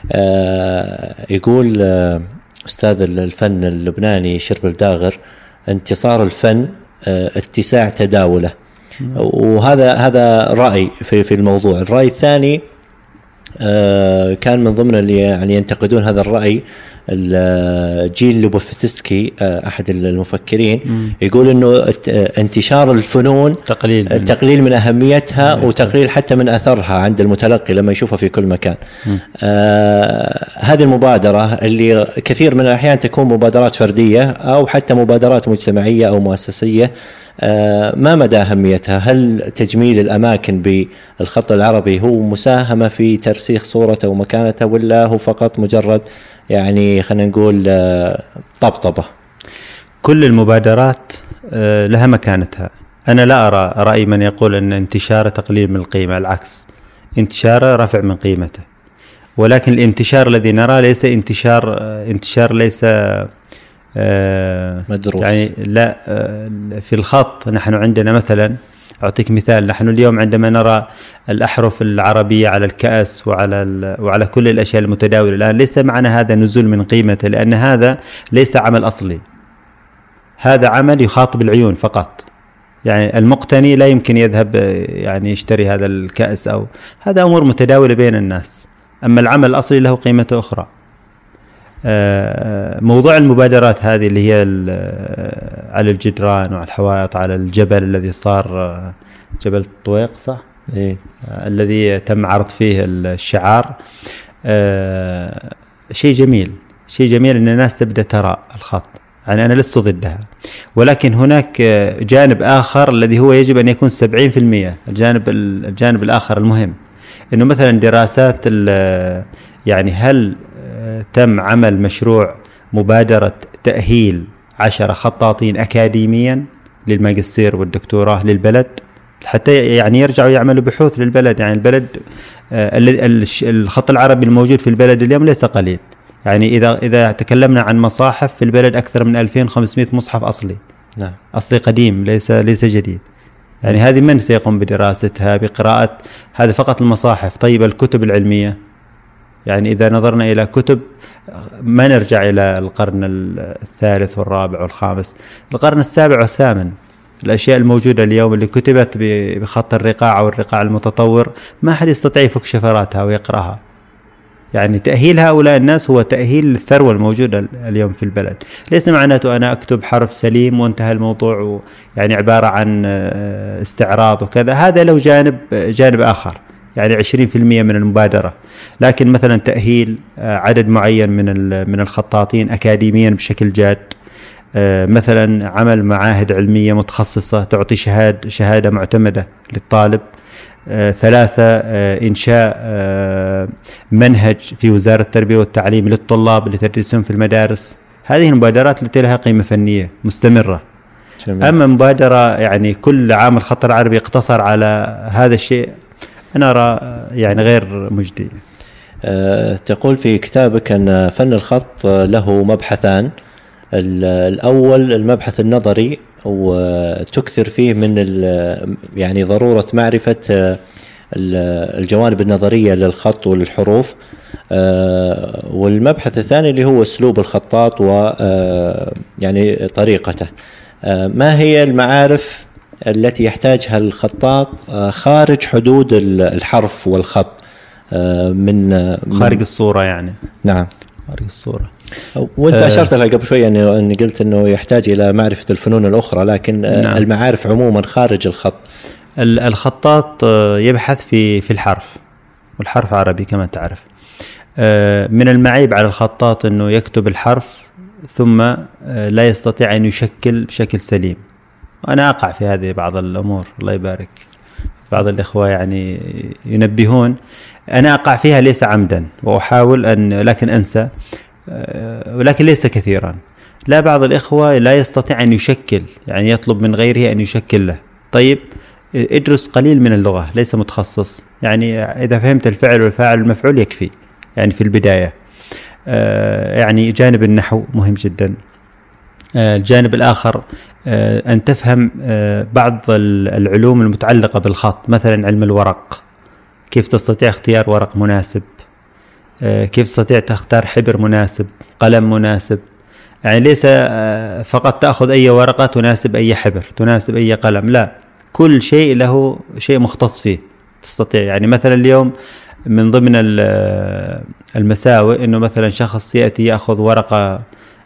يقول أستاذ الفن اللبناني شربل داغر: انتصار الفن اتساع تداوله. وهذا رأي في الموضوع. الرأي الثاني كان من ضمن اللي يعني ينتقدون هذا الرأي جيل لوبوفتسكي أحد المفكرين، يقول إنه انتشار الفنون تقليل من أهميتها وتقليل حتى من أثرها عند المتلقي لما يشوفها في كل مكان. هذه المبادرة اللي كثير من الأحيان تكون مبادرات فردية أو حتى مبادرات مجتمعية أو مؤسسية، ما مدى أهميتها؟ هل تجميل الأماكن بالخط العربي هو مساهمة في ترسيخ صورته ومكانته، ولا هو فقط مجرد يعني خلينا نقول طبطبة؟ كل المبادرات لها مكانتها. أنا لا أرى رأي من يقول أن انتشار تقليل من القيمة، العكس، انتشار رفع من قيمته. ولكن الانتشار الذي نرى ليس انتشار ليس مدروس. يعني لا، في الخط نحن عندنا مثلا، أعطيك مثال، نحن اليوم عندما نرى الأحرف العربية على الكأس وعلى كل الأشياء المتداولة الآن، ليس معنى هذا نزول من قيمته، لأن هذا ليس عمل أصلي، هذا عمل يخاطب العيون فقط. يعني المقتني لا يمكن يذهب يعني يشتري هذا الكأس، أو هذا أمور متداولة بين الناس. أما العمل الأصلي له قيمته أخرى. موضوع المبادرات هذه اللي هي على الجدران وعلى الحوائط، على الجبل الذي صار جبل الطويق، صح؟ إيه. الذي تم عرض فيه الشعار، شيء جميل أن الناس تبدأ ترى الخط. يعني أنا لست ضدها، ولكن هناك جانب آخر الذي هو يجب أن يكون 70%. الجانب الآخر المهم إنه مثلا دراسات، يعني هل تم عمل مشروع مبادرة تأهيل 10 خطاطين أكاديميا للماجستير والدكتوراه للبلد، حتى يعني يرجعوا يعملوا بحوث للبلد. يعني البلد، الخط العربي الموجود في البلد اليوم ليس قليل. يعني إذا تكلمنا عن مصاحف في البلد، أكثر من 2500 مصحف أصلي. نعم. أصلي قديم، ليس جديد. يعني هذه من سيقوم بدراستها، بقراءة؟ هذا فقط المصاحف. طيب الكتب العلمية، يعني إذا نظرنا إلى كتب، ما نرجع إلى القرن الثالث والرابع والخامس، القرن السابع والثامن، الأشياء الموجودة اليوم اللي كتبت بخط الرقاع أو الرقاع المتطور، ما حد يستطيع يفك شفراتها ويقرأها. يعني تأهيل هؤلاء الناس هو تأهيل الثروة الموجودة اليوم في البلد. ليس معناته أنا أكتب حرف سليم وانتهى الموضوع، يعني عبارة عن استعراض وكذا. هذا له جانب آخر، يعني 20% من المبادرة. لكن مثلا تأهيل عدد معين من الخطاطين أكاديميا بشكل جاد، مثلا عمل معاهد علمية متخصصة تعطي شهادة معتمدة للطالب. 3 إنشاء منهج في وزارة التربية والتعليم للطلاب لتدريسهم في المدارس. هذه المبادرات التي لها قيمة فنية مستمرة. أما مبادرة يعني كل عام الخط العربي يقتصر على هذا الشيء، أنا أرى يعني غير مجدي. تقول في كتابك أن فن الخط له مبحثان. الأول المبحث النظري، وتكثر فيه من يعني ضرورة معرفة الجوانب النظرية للخط وللحروف. والمبحث الثاني اللي هو أسلوب الخطاط ويعني طريقته. ما هي المعارف التي يحتاجها الخطاط خارج حدود الحرف والخط، من خارج الصورة يعني؟ نعم، خارج الصورة. وانت أشرت لها قبل شوية أني قلت أنه يحتاج إلى معرفة الفنون الأخرى، لكن نعم. المعارف عموما خارج الخط. الخطاط يبحث في الحرف، والحرف عربي كما تعرف. من المعيب على الخطاط أنه يكتب الحرف ثم لا يستطيع أن يشكل بشكل سليم. وأنا أقع في هذه بعض الأمور، الله يبارك بعض الإخوة يعني ينبهون، أنا أقع فيها ليس عمدا وأحاول لكن أنسى، ولكن ليس كثيرا. لا، بعض الإخوة لا يستطيع أن يشكل، يعني يطلب من غيره أن يشكل له. طيب ادرس قليل من اللغة، ليس متخصص، يعني إذا فهمت الفعل والفاعل والمفعول يكفي يعني في البداية. يعني جانب النحو مهم جدا. الجانب الآخر أن تفهم بعض العلوم المتعلقة بالخط، مثلا علم الورق، كيف تستطيع اختيار ورق مناسب، كيف تستطيع تختار حبر مناسب، قلم مناسب. يعني ليس فقط تأخذ أي ورقة تناسب أي حبر تناسب أي قلم، لا، كل شيء له شيء مختص فيه تستطيع. يعني مثلا اليوم من ضمن المساوئ أنه مثلا شخص يأتي يأخذ ورقة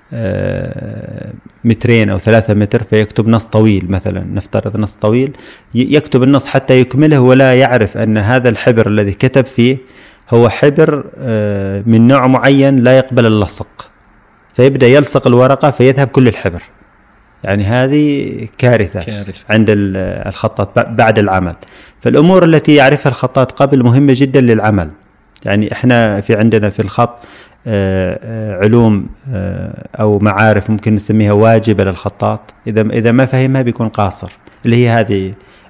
2 أو 3 متر فيكتب نص طويل، مثلا نفترض نص طويل، يكتب النص حتى يكمله ولا يعرف أن هذا الحبر الذي كتب فيه هو حبر من نوع معين لا يقبل اللصق، فيبدأ يلصق الورقة فيذهب كل الحبر. يعني هذه كارثة عند الخطاط بعد العمل. فالأمور التي يعرفها الخطاط قبل مهمة جدا للعمل. يعني احنا عندنا في الخط علوم أو معارف ممكن نسميها واجبة للخطاط، إذا ما فهمها بيكون قاصر، اللي هي هذه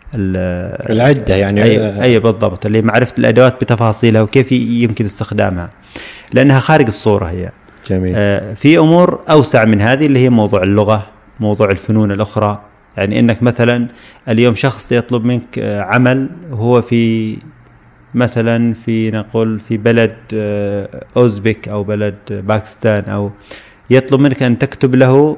العدة، يعني أي بالضبط، اللي معرفة الأدوات بتفاصيلها وكيف يمكن استخدامها، لأنها خارج الصورة هي. جميل. في أمور أوسع من هذه اللي هي موضوع اللغة، موضوع الفنون الأخرى. يعني إنك مثلا اليوم شخص يطلب منك عمل هو في مثلا نقول في بلد أوزبك أو بلد باكستان، أو يطلب منك أن تكتب له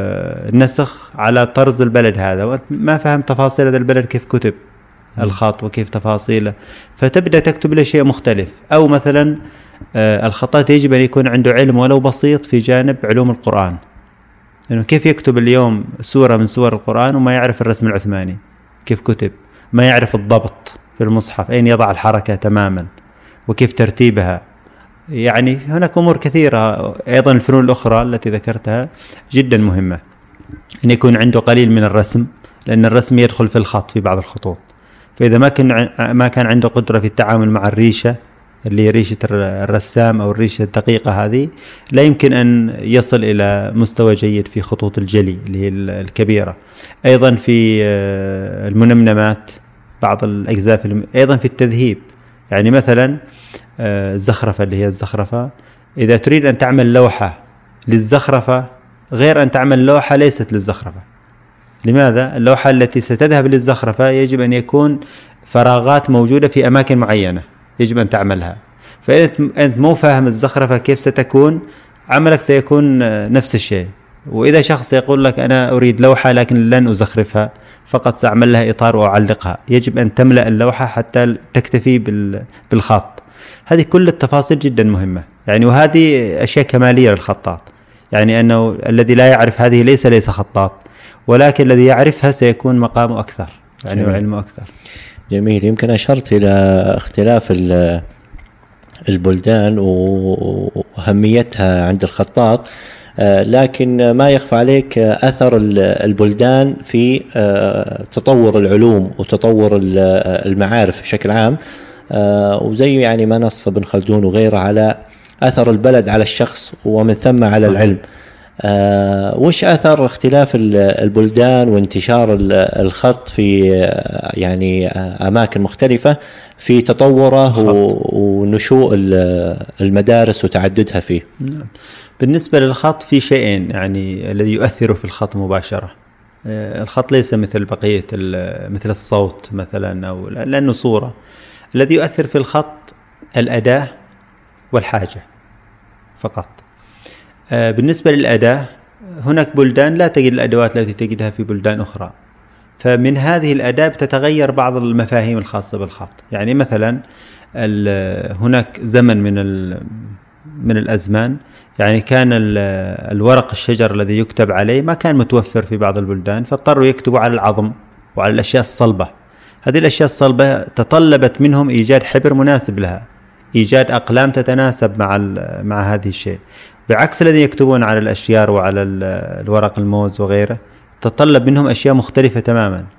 نسخ على طرز البلد هذا، وأنت ما فهم تفاصيل هذا البلد كيف كتب الخط وكيف تفاصيله، فتبدأ تكتب له شيء مختلف. أو مثلا الخطاط يجب أن يكون عنده علم ولو بسيط في جانب علوم القرآن، لأنه كيف يكتب اليوم سورة من سور القرآن وما يعرف الرسم العثماني كيف كتب، ما يعرف الضبط في المصحف أين يضع الحركة تماما وكيف ترتيبها. يعني هناك أمور كثيرة. أيضا الفنون الأخرى التي ذكرتها جدا مهمة، أن يكون عنده قليل من الرسم، لأن الرسم يدخل في الخط في بعض الخطوط. فإذا ما كان عنده قدرة في التعامل مع الريشة اللي هي ريشة الرسام أو الريشة الدقيقة هذه، لا يمكن أن يصل إلى مستوى جيد في خطوط الجلي اللي هي الكبيرة. أيضا في المنمنمات بعض الأجزاء، أيضا في التذهيب. يعني مثلا الزخرفة اللي هي الزخرفة، إذا تريد أن تعمل لوحة للزخرفة غير أن تعمل لوحة ليست للزخرفة. لماذا؟ اللوحة التي ستذهب للزخرفة يجب أن يكون فراغات موجودة في أماكن معينة يجب أن تعملها. فإذا أنت مو فاهم الزخرفة كيف ستكون، عملك سيكون نفس الشيء. وإذا شخص يقول لك أنا أريد لوحة لكن لن أزخرفها، فقط سأعمل لها إطار وأعلقها، يجب أن تملأ اللوحة حتى تكتفي بالخط. هذه كل التفاصيل جدا مهمة يعني، وهذه أشياء كمالية للخطاط. يعني أنه الذي لا يعرف هذه ليس خطاط، ولكن الذي يعرفها سيكون مقامه أكثر يعني وعلمه أكثر. جميل. يمكن أشرت إلى اختلاف البلدان وأهميتها عند الخطاط، لكن ما يخفى عليك أثر البلدان في تطور العلوم وتطور المعارف بشكل عام، وزي يعني ما نص ابن خلدون وغيره على أثر البلد على الشخص ومن ثم على العلم. وش أثر اختلاف البلدان وانتشار الخط في يعني أماكن مختلفة في تطوره ونشوء المدارس وتعددها فيه؟ بالنسبة للخط في شيئين يعني الذي يؤثر في الخط مباشرة. الخط ليس مثل بقية مثل الصوت مثلا أو لأنه صورة. الذي يؤثر في الخط الأداة والحاجة فقط. بالنسبة للأداة هناك بلدان لا تجد الأدوات التي تجدها في بلدان أخرى، فمن هذه الأداة تتغير بعض المفاهيم الخاصة بالخط. يعني مثلا هناك زمن من الأزمان يعني كان الورق الشجر الذي يكتب عليه ما كان متوفر في بعض البلدان، فاضطروا يكتبوا على العظم وعلى الأشياء الصلبة. هذه الأشياء الصلبة تطلبت منهم إيجاد حبر مناسب لها، إيجاد أقلام تتناسب مع هذه الشيء، بعكس الذين يكتبون على الأشجار وعلى الورق الموز وغيره تطلب منهم أشياء مختلفة تماما.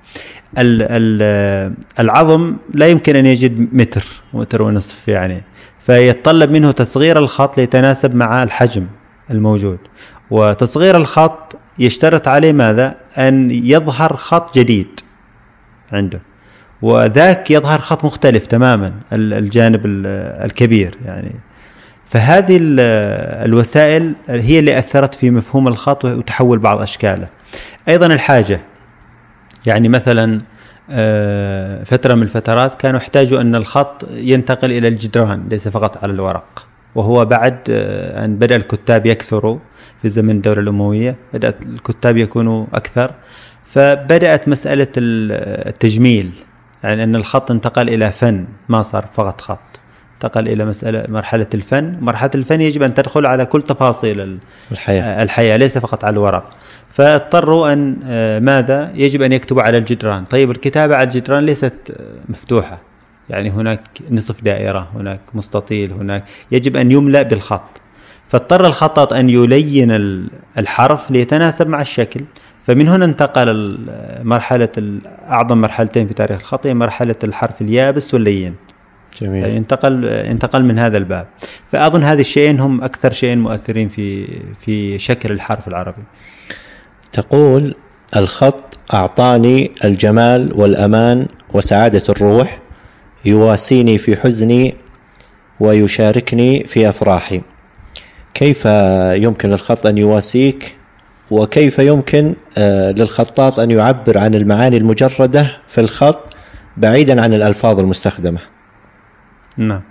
العظم لا يمكن أن يجد متر ونصف يعني، فيتطلب منه تصغير الخط ليتناسب مع الحجم الموجود. وتصغير الخط يشترط عليه ماذا؟ أن يظهر خط جديد عنده، وذاك يظهر خط مختلف تماما الجانب الكبير يعني. فهذه الوسائل هي اللي أثرت في مفهوم الخط وتحول بعض أشكاله. أيضا الحاجة، يعني مثلا فترة من الفترات كانوا يحتاجوا أن الخط ينتقل إلى الجدران ليس فقط على الورق، وهو بعد أن بدأ الكتاب يكثروا في زمن الدولة الأموية، بدأت الكتاب يكونوا أكثر، فبدأت مسألة التجميل، يعني أن الخط انتقل إلى فن، ما صار فقط خط، انتقل إلى مرحلة الفن. مرحلة الفن يجب أن تدخل على كل تفاصيل الحياة ليس فقط على الورق. فاضطروا أن ماذا؟ يجب أن يكتبوا على الجدران. طيب الكتابة على الجدران ليست مفتوحة، يعني هناك نصف دائرة، هناك مستطيل، هناك يجب أن يملأ بالخط. فاضطر الخطاط أن يلين الحرف ليتناسب مع الشكل. فمن هنا انتقل مرحلة أعظم مرحلتين في تاريخ الخط، مرحلة الحرف اليابس واللين. جميل. يعني انتقل من هذا الباب. فأظن هذه الشيئين هم أكثر شيئين مؤثرين في شكل الحرف العربي. تقول الخط أعطاني الجمال والأمان وسعادة الروح، يواسيني في حزني ويشاركني في أفراحي. كيف يمكن للخط أن يواسيك، وكيف يمكن للخطاط أن يعبر عن المعاني المجردة في الخط بعيدا عن الألفاظ المستخدمة؟ نعم.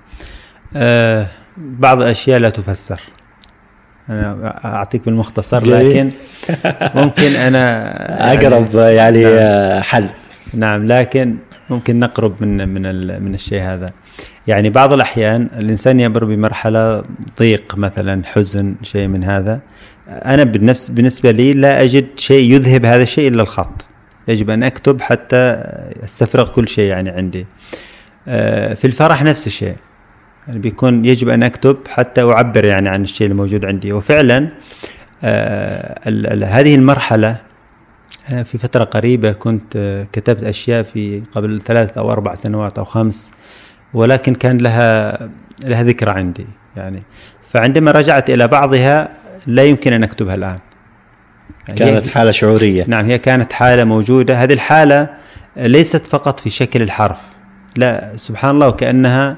بعض الأشياء لا تفسر، أنا أعطيك بالمختصر، لكن ممكن أنا أقرب يعني نعم. حل. نعم، لكن ممكن نقرب من الشيء هذا. يعني بعض الأحيان الإنسان يمر بمرحلة ضيق مثلا، حزن، شيء من هذا. أنا بالنسبة لي لا أجد شيء يذهب هذا الشيء إلا الخط. يجب أن أكتب حتى استفرغ كل شيء يعني عندي. في الفرح نفس الشيء، يعني بيكون يجب أن أكتب حتى أعبر يعني عن الشيء الموجود عندي. وفعلا هذه المرحلة في فترة قريبة كنت كتبت أشياء في قبل 3 أو 4 سنوات أو 5، ولكن كان لها ذكرى عندي يعني. فعندما رجعت إلى بعضها لا يمكن أن أكتبها الآن. يعني كانت حالة شعورية. نعم، هي كانت حالة موجودة. هذه الحالة ليست فقط في شكل الحرف، لا، سبحان الله، وكأنها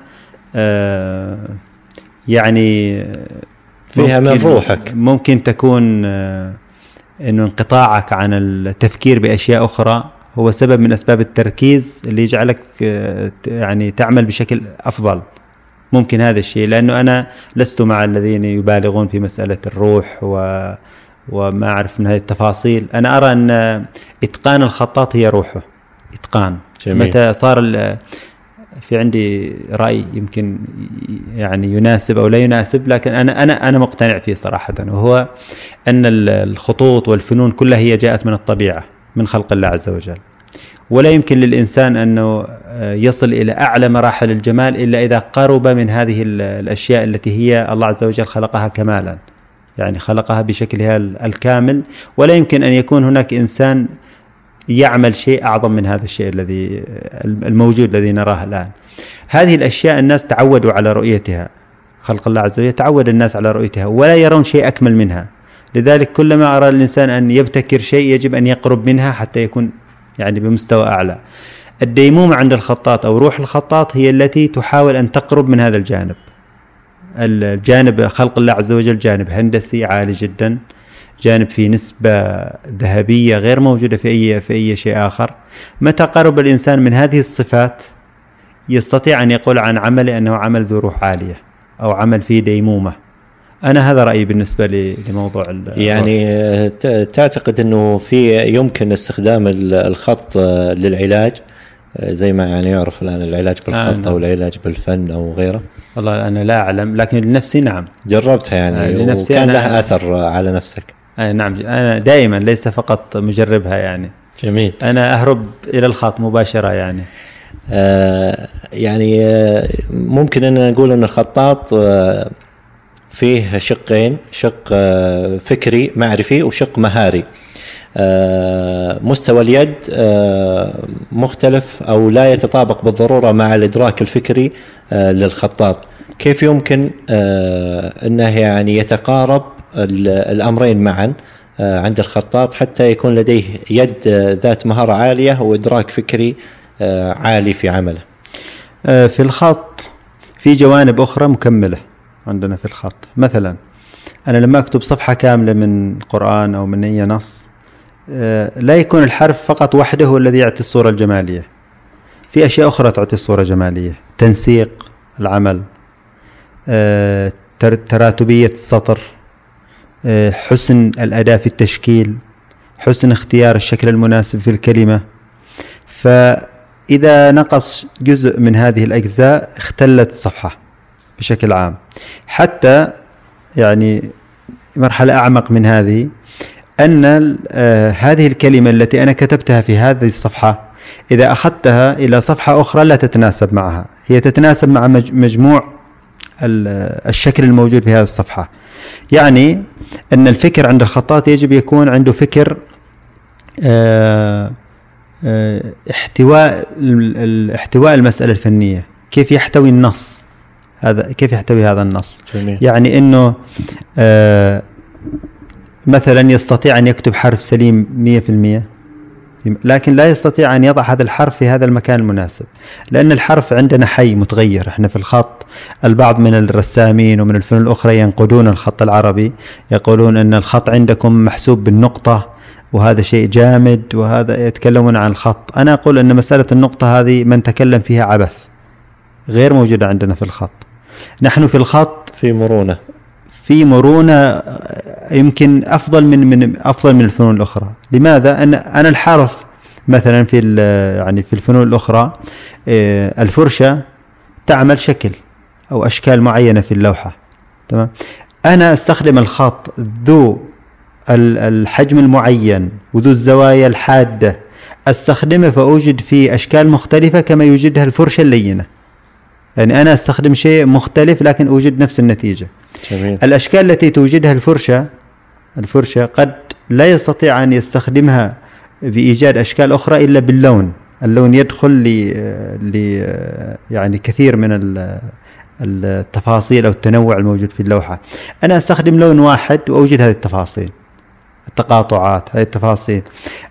يعني فيها من روحك. ممكن تكون إنه انقطاعك عن التفكير بأشياء أخرى هو سبب من أسباب التركيز اللي يجعلك يعني تعمل بشكل أفضل. ممكن هذا الشيء، لأنه أنا لست مع الذين يبالغون في مسألة الروح وما أعرف من هذه التفاصيل. أنا أرى أن إتقان الخطاط هي روحه، إتقان. جميل. متى صار في عندي رأي يمكن يعني يناسب أو لا يناسب، لكن أنا مقتنع فيه صراحة، وهو أن الخطوط والفنون كلها هي جاءت من الطبيعة، من خلق الله عز وجل. ولا يمكن للإنسان أنه يصل إلى أعلى مراحل الجمال إلا إذا قرب من هذه الأشياء التي هي الله عز وجل خلقها كمالا، يعني خلقها بشكلها الكامل. ولا يمكن أن يكون هناك إنسان يعمل شيء أعظم من هذا الشيء الذي الموجود الذي نراه الآن. هذه الأشياء الناس تعودوا على رؤيتها، خلق الله عز وجل تعود الناس على رؤيتها ولا يرون شيء أكمل منها. لذلك كلما أرى الإنسان أن يبتكر شيء يجب أن يقرب منها حتى يكون يعني بمستوى أعلى. الديمومة عند الخطاط أو روح الخطاط هي التي تحاول أن تقرب من هذا الجانب خلق الله عز وجل جانب هندسي عالي جدا، جانب فيه نسبة ذهبية غير موجودة في أي شيء آخر. متى قرب الإنسان من هذه الصفات يستطيع أن يقول عن عمله أنه عمل ذو روح عالية أو عمل فيه ديمومة. أنا هذا رأيي بالنسبة لموضوع يعني تعتقد أنه يمكن استخدام الخط للعلاج زي ما يعني يعرف الآن العلاج بالخط أو العلاج بالفن أو غيره؟ والله أنا لا أعلم، لكن لنفسي نعم جربتها يعني وكان لها أثر على نفسك. نعم، أنا دائما ليس فقط مجربها يعني. جميل. أنا أهرب إلى الخط مباشرة يعني. يعني ممكن أن نقول أن الخطاط فيه شقين، شق فكري معرفي وشق مهاري. مستوى اليد مختلف أو لا يتطابق بالضرورة مع الإدراك الفكري للخطاط. كيف يمكن أنه يعني يتقارب الأمرين معا عند الخطاط حتى يكون لديه يد ذات مهارة عالية وإدراك فكري عالي في عمله؟ في الخط في جوانب أخرى مكملة عندنا في الخط. مثلا أنا لما أكتب صفحة كاملة من القرآن أو من أي نص لا يكون الحرف فقط وحده هو الذي يعطي الصورة الجمالية، في أشياء أخرى تعطي الصورة الجمالية: تنسيق العمل، تراتبية السطر، حسن الأداء في التشكيل، حسن اختيار الشكل المناسب في الكلمة. فإذا نقص جزء من هذه الأجزاء اختلت الصفحة بشكل عام. حتى يعني مرحلة أعمق من هذه، أن هذه الكلمة التي أنا كتبتها في هذه الصفحة إذا أخذتها إلى صفحة أخرى لا تتناسب معها، هي تتناسب مع مجموع الشكل الموجود في هذه الصفحة. يعني أن الفكر عند الخطاط يجب يكون عنده فكر احتواء المسألة الفنية، كيف يحتوي النص هذا، كيف يحتوي هذا النص. جميل. يعني أنه مثلا يستطيع أن يكتب حرف سليم 100%، لكن لا يستطيع أن يضع هذا الحرف في هذا المكان المناسب، لأن الحرف عندنا حي متغير. احنا في الخط البعض من الرسامين ومن الفنون الأخرى ينقدون الخط العربي، يقولون أن الخط عندكم محسوب بالنقطة وهذا شيء جامد، وهذا يتكلمون عن الخط. أنا أقول أن مسألة النقطة هذه من تكلم فيها عبث، غير موجودة عندنا في الخط. نحن في الخط في مرونة يمكن أفضل من الفنون الأخرى. لماذا؟ أنا الحرف مثلا في الفنون الأخرى الفرشة تعمل شكل أو أشكال معينة في اللوحة، تمام. أنا أستخدم الخط ذو الحجم المعين وذو الزوايا الحادة، أستخدمه فأوجد فيه أشكال مختلفة كما يوجدها الفرشة اللينة. يعني أنا أستخدم شيء مختلف لكن أوجد نفس النتيجة. جميل. الأشكال التي توجدها الفرشة قد لا يستطيع أن يستخدمها بإيجاد أشكال أخرى إلا باللون. اللون يدخل يعني كثير من التفاصيل أو التنوع الموجود في اللوحة. أنا أستخدم لون واحد وأوجد هذه التفاصيل، التقاطعات، هذه التفاصيل.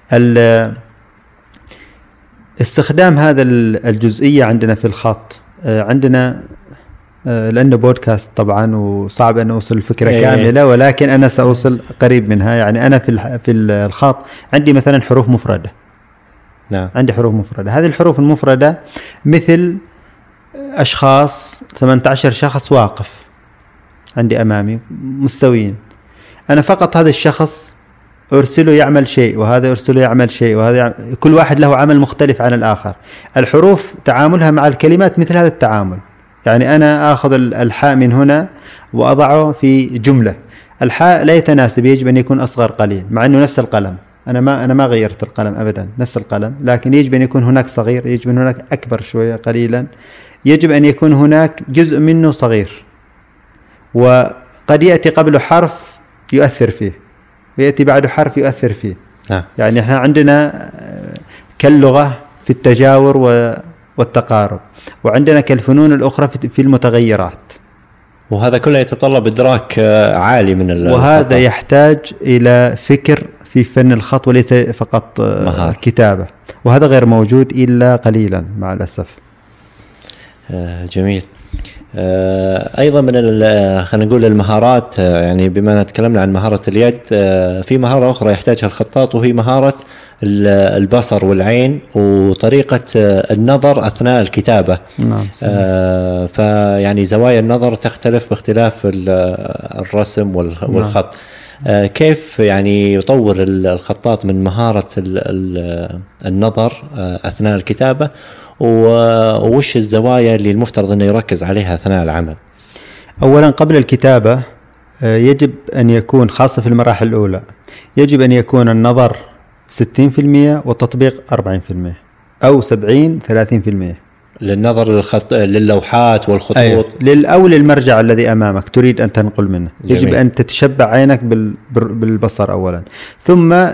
استخدام هذا الجزئية عندنا في الخط، عندنا لأنه بودكاست طبعا وصعب أن أوصل الفكرة كاملة، ولكن أنا سأوصل قريب منها. يعني أنا في الخط عندي مثلا حروف مفردة. نعم. عندي حروف مفردة. هذه الحروف المفردة مثل أشخاص، 18 شخص واقف عندي أمامي مستويين. أنا فقط هذا الشخص أرسله يعمل شيء، وهذا أرسله يعمل شيء، وهذا كل واحد له عمل مختلف عن الآخر. الحروف تعاملها مع الكلمات مثل هذا التعامل. يعني أنا أخذ الحاء من هنا وأضعه في جملة. الحاء لا يتناسب، يجب أن يكون أصغر قليل، مع أنه نفس القلم. أنا ما غيرت القلم أبدا، نفس القلم، لكن يجب أن يكون هناك صغير، يجب أن هناك أكبر شوية قليلا، يجب أن يكون هناك جزء منه صغير، وقد يأتي قبله حرف يؤثر فيه ويأتي بعده حرف يؤثر فيه. يعني احنا عندنا كاللغة في التجاور والتقارب، وعندنا كالفنون الأخرى في المتغيرات، وهذا كله يتطلب إدراك عالي من وهذا يحتاج إلى فكر في فن الخط وليس فقط كتابة، وهذا غير موجود إلا قليلا مع الأسف. جميل. أيضا من خلينا نقول المهارات، يعني بما تكلمنا عن مهارة اليد، في مهارة أخرى يحتاجها الخطاط، وهي مهارة البصر والعين وطريقة النظر أثناء الكتابة. نعم. فيعني زوايا النظر تختلف باختلاف الرسم والخط. كيف يعني يطور الخطاط من مهارة النظر أثناء الكتابة، ووش الزوايا اللي المفترض أنه يركز عليها أثناء العمل؟ أولا قبل الكتابة يجب أن يكون، خاصة في المراحل الأولى، يجب أن يكون النظر 60% والتطبيق 40%، أو 70-30% للنظر للوحات والخطوط. أو للمرجع الذي أمامك تريد أن تنقل منه. جميل. يجب أن تتشبع عينك بالبصر أولا، ثم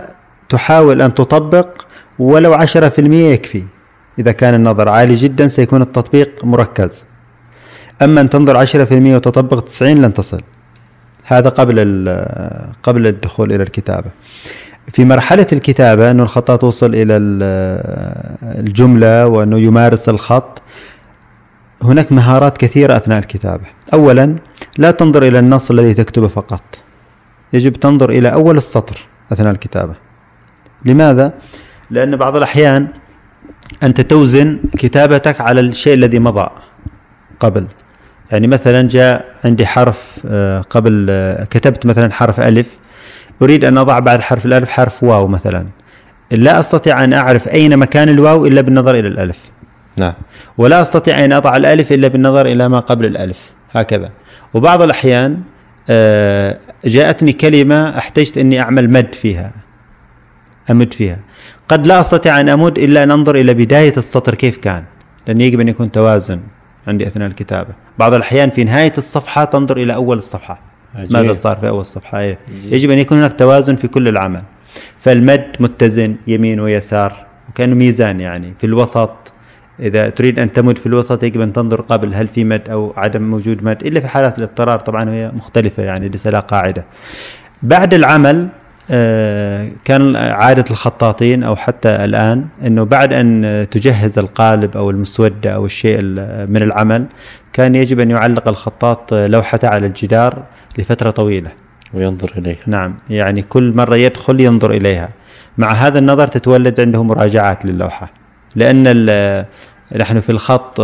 تحاول أن تطبق ولو 10% يكفي. إذا كان النظر عالي جدا سيكون التطبيق مركز، أما أن تنظر 10% وتطبق 90 لن تصل. هذا قبل الدخول إلى الكتابة. في مرحلة الكتابة أنه الخطاط وصل إلى الجملة وأنه يمارس الخط، هناك مهارات كثيرة أثناء الكتابة. أولا لا تنظر إلى النص الذي تكتبه فقط، يجب تنظر إلى أول السطر أثناء الكتابة. لماذا؟ لأن بعض الأحيان أنت توزن كتابتك على الشيء الذي مضى قبل. يعني مثلا جاء عندي حرف قبل، كتبت مثلا حرف ألف، أريد أن أضع بعد حرف الألف حرف واو مثلا، لا أستطيع أن أعرف أين مكان الواو إلا بالنظر إلى الألف. نعم. ولا أستطيع أن أضع الألف إلا بالنظر إلى ما قبل الألف، هكذا. وبعض الأحيان جاءتني كلمة احتجت أني أعمل مد فيها، أمد فيها، قد لا أستطيع أن أمد إلا أن أنظر إلى بداية السطر كيف كان، لأن يجب أن يكون توازن عندي أثناء الكتابة. بعض الأحيان في نهاية الصفحة تنظر إلى أول الصفحة، ماذا صار في أول الصفحة. يجب أن يكون هناك توازن في كل العمل. فالمد متزن يمين ويسار، وكأنه ميزان يعني في الوسط. إذا تريد أن تمد في الوسط يجب أن تنظر قبل هل في مد أو عدم وجود مد، إلا في حالات الاضطرار طبعا هي مختلفة، يعني ليس لها قاعدة. بعد العمل كان عادة الخطاطين أو حتى الآن أنه بعد أن تجهز القالب أو المسودة أو الشيء من العمل، كان يجب أن يعلق الخطاط لوحته على الجدار لفترة طويلة وينظر إليها. نعم، يعني كل مرة يدخل ينظر إليها. مع هذا النظر تتولد عنده مراجعات للوحة، لأن نحن في الخط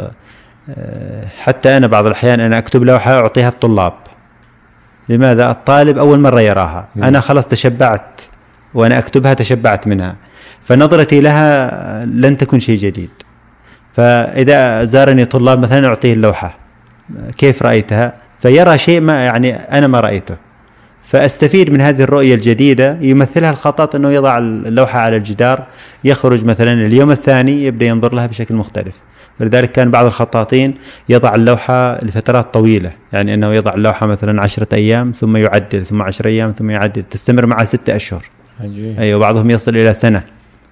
حتى أنا بعض الأحيان أنا أكتب لوحة أعطيها الطلاب. لماذا؟ الطالب أول مرة يراها، أنا خلاص تشبعت وأنا أكتبها، تشبعت منها، فنظرتي لها لن تكون شيء جديد. فإذا زارني طلاب مثلا أعطيه اللوحة، كيف رأيتها؟ فيرى شيء ما يعني أنا ما رأيته، فأستفيد من هذه الرؤية الجديدة. يمثلها الخطاط أنه يضع اللوحة على الجدار، يخرج مثلا اليوم الثاني يبدأ ينظر لها بشكل مختلف. فلذلك كان بعض الخطاطين يضع اللوحة لفترات طويلة، يعني أنه يضع اللوحة مثلا 10 أيام ثم يعدل، ثم 10 أيام ثم يعدل، تستمر معه 6 أشهر. أيوة، بعضهم يصل إلى سنة.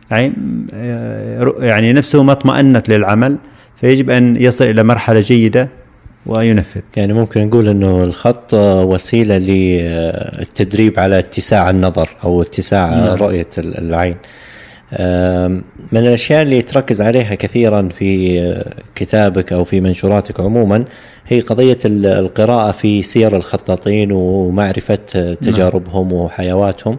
يعني نفسه ما اطمأنت للعمل، فيجب أن يصل إلى مرحلة جيدة وينفذ. يعني ممكن نقول أنه الخط وسيلة للتدريب على اتساع النظر أو اتساع رؤية العين. من الأشياء اللي تركز عليها كثيرا في كتابك أو في منشوراتك عموما هي قضية القراءة في سير الخطاطين ومعرفة تجاربهم وحيواتهم،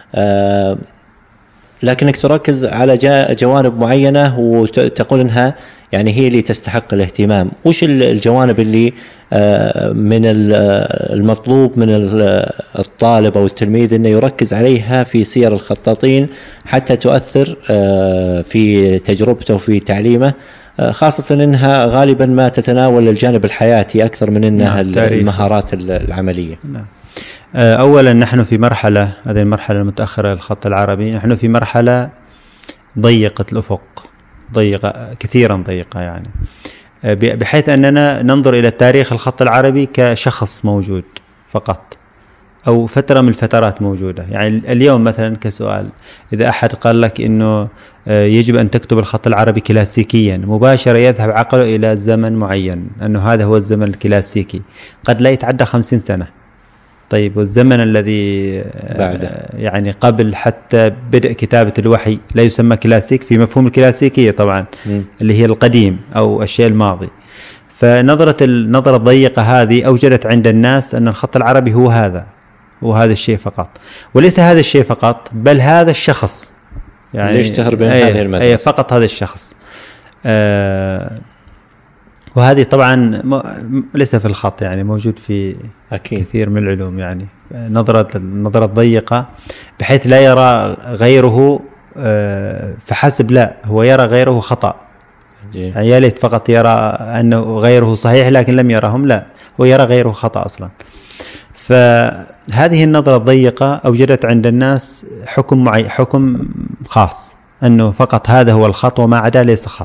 لكنك تركز على جوانب معينة وتقول أنها يعني هي اللي تستحق الاهتمام. وش الجوانب اللي من المطلوب من الطالب أو التلميذ أنه يركز عليها في سير الخطاطين حتى تؤثر في تجربته وفي تعليمه، خاصة أنها غالبا ما تتناول الجانب الحياتي أكثر من أنها المهارات العملية؟ نعم. أولا نحن في مرحلة، هذه المرحلة المتأخرة للخط العربي، نحن في مرحلة ضيقة الأفق، ضيقة كثيرا، ضيقة يعني، بحيث أننا ننظر إلى تاريخ الخط العربي كشخص موجود فقط أو فترة من الفترات موجودة. يعني اليوم مثلا كسؤال، إذا أحد قال لك إنه يجب أن تكتب الخط العربي كلاسيكيا، مباشرة يذهب عقله إلى زمن معين، أنه هذا هو الزمن الكلاسيكي، قد لا يتعدى 50 سنة. طيب والزمن الذي بعده يعني قبل حتى بدء كتابة الوحي لا يسمى كلاسيك في مفهوم الكلاسيكية طبعا، اللي هي القديم أو الشيء الماضي. النظرة الضيقة هذه أوجدت عند الناس أن الخط العربي هو هذا الشيء فقط، وليس هذا الشيء فقط، بل هذا الشخص يعني يشتهر بين هذه المدرسة فقط هذا الشخص. وهذه طبعا ليس في الخط، يعني موجود في أكيد كثير من العلوم، يعني النظرة الضيقة بحيث لا يرى غيره فحسب، لا هو يرى غيره خطأ. يعني يا ليت فقط يرى أنه غيره صحيح لكن لم يرهم، لا هو يرى غيره خطأ أصلا. فهذه النظرة الضيقة أوجدت عند الناس حكم خاص، أنه فقط هذا هو الخط وما عدا ليس خط.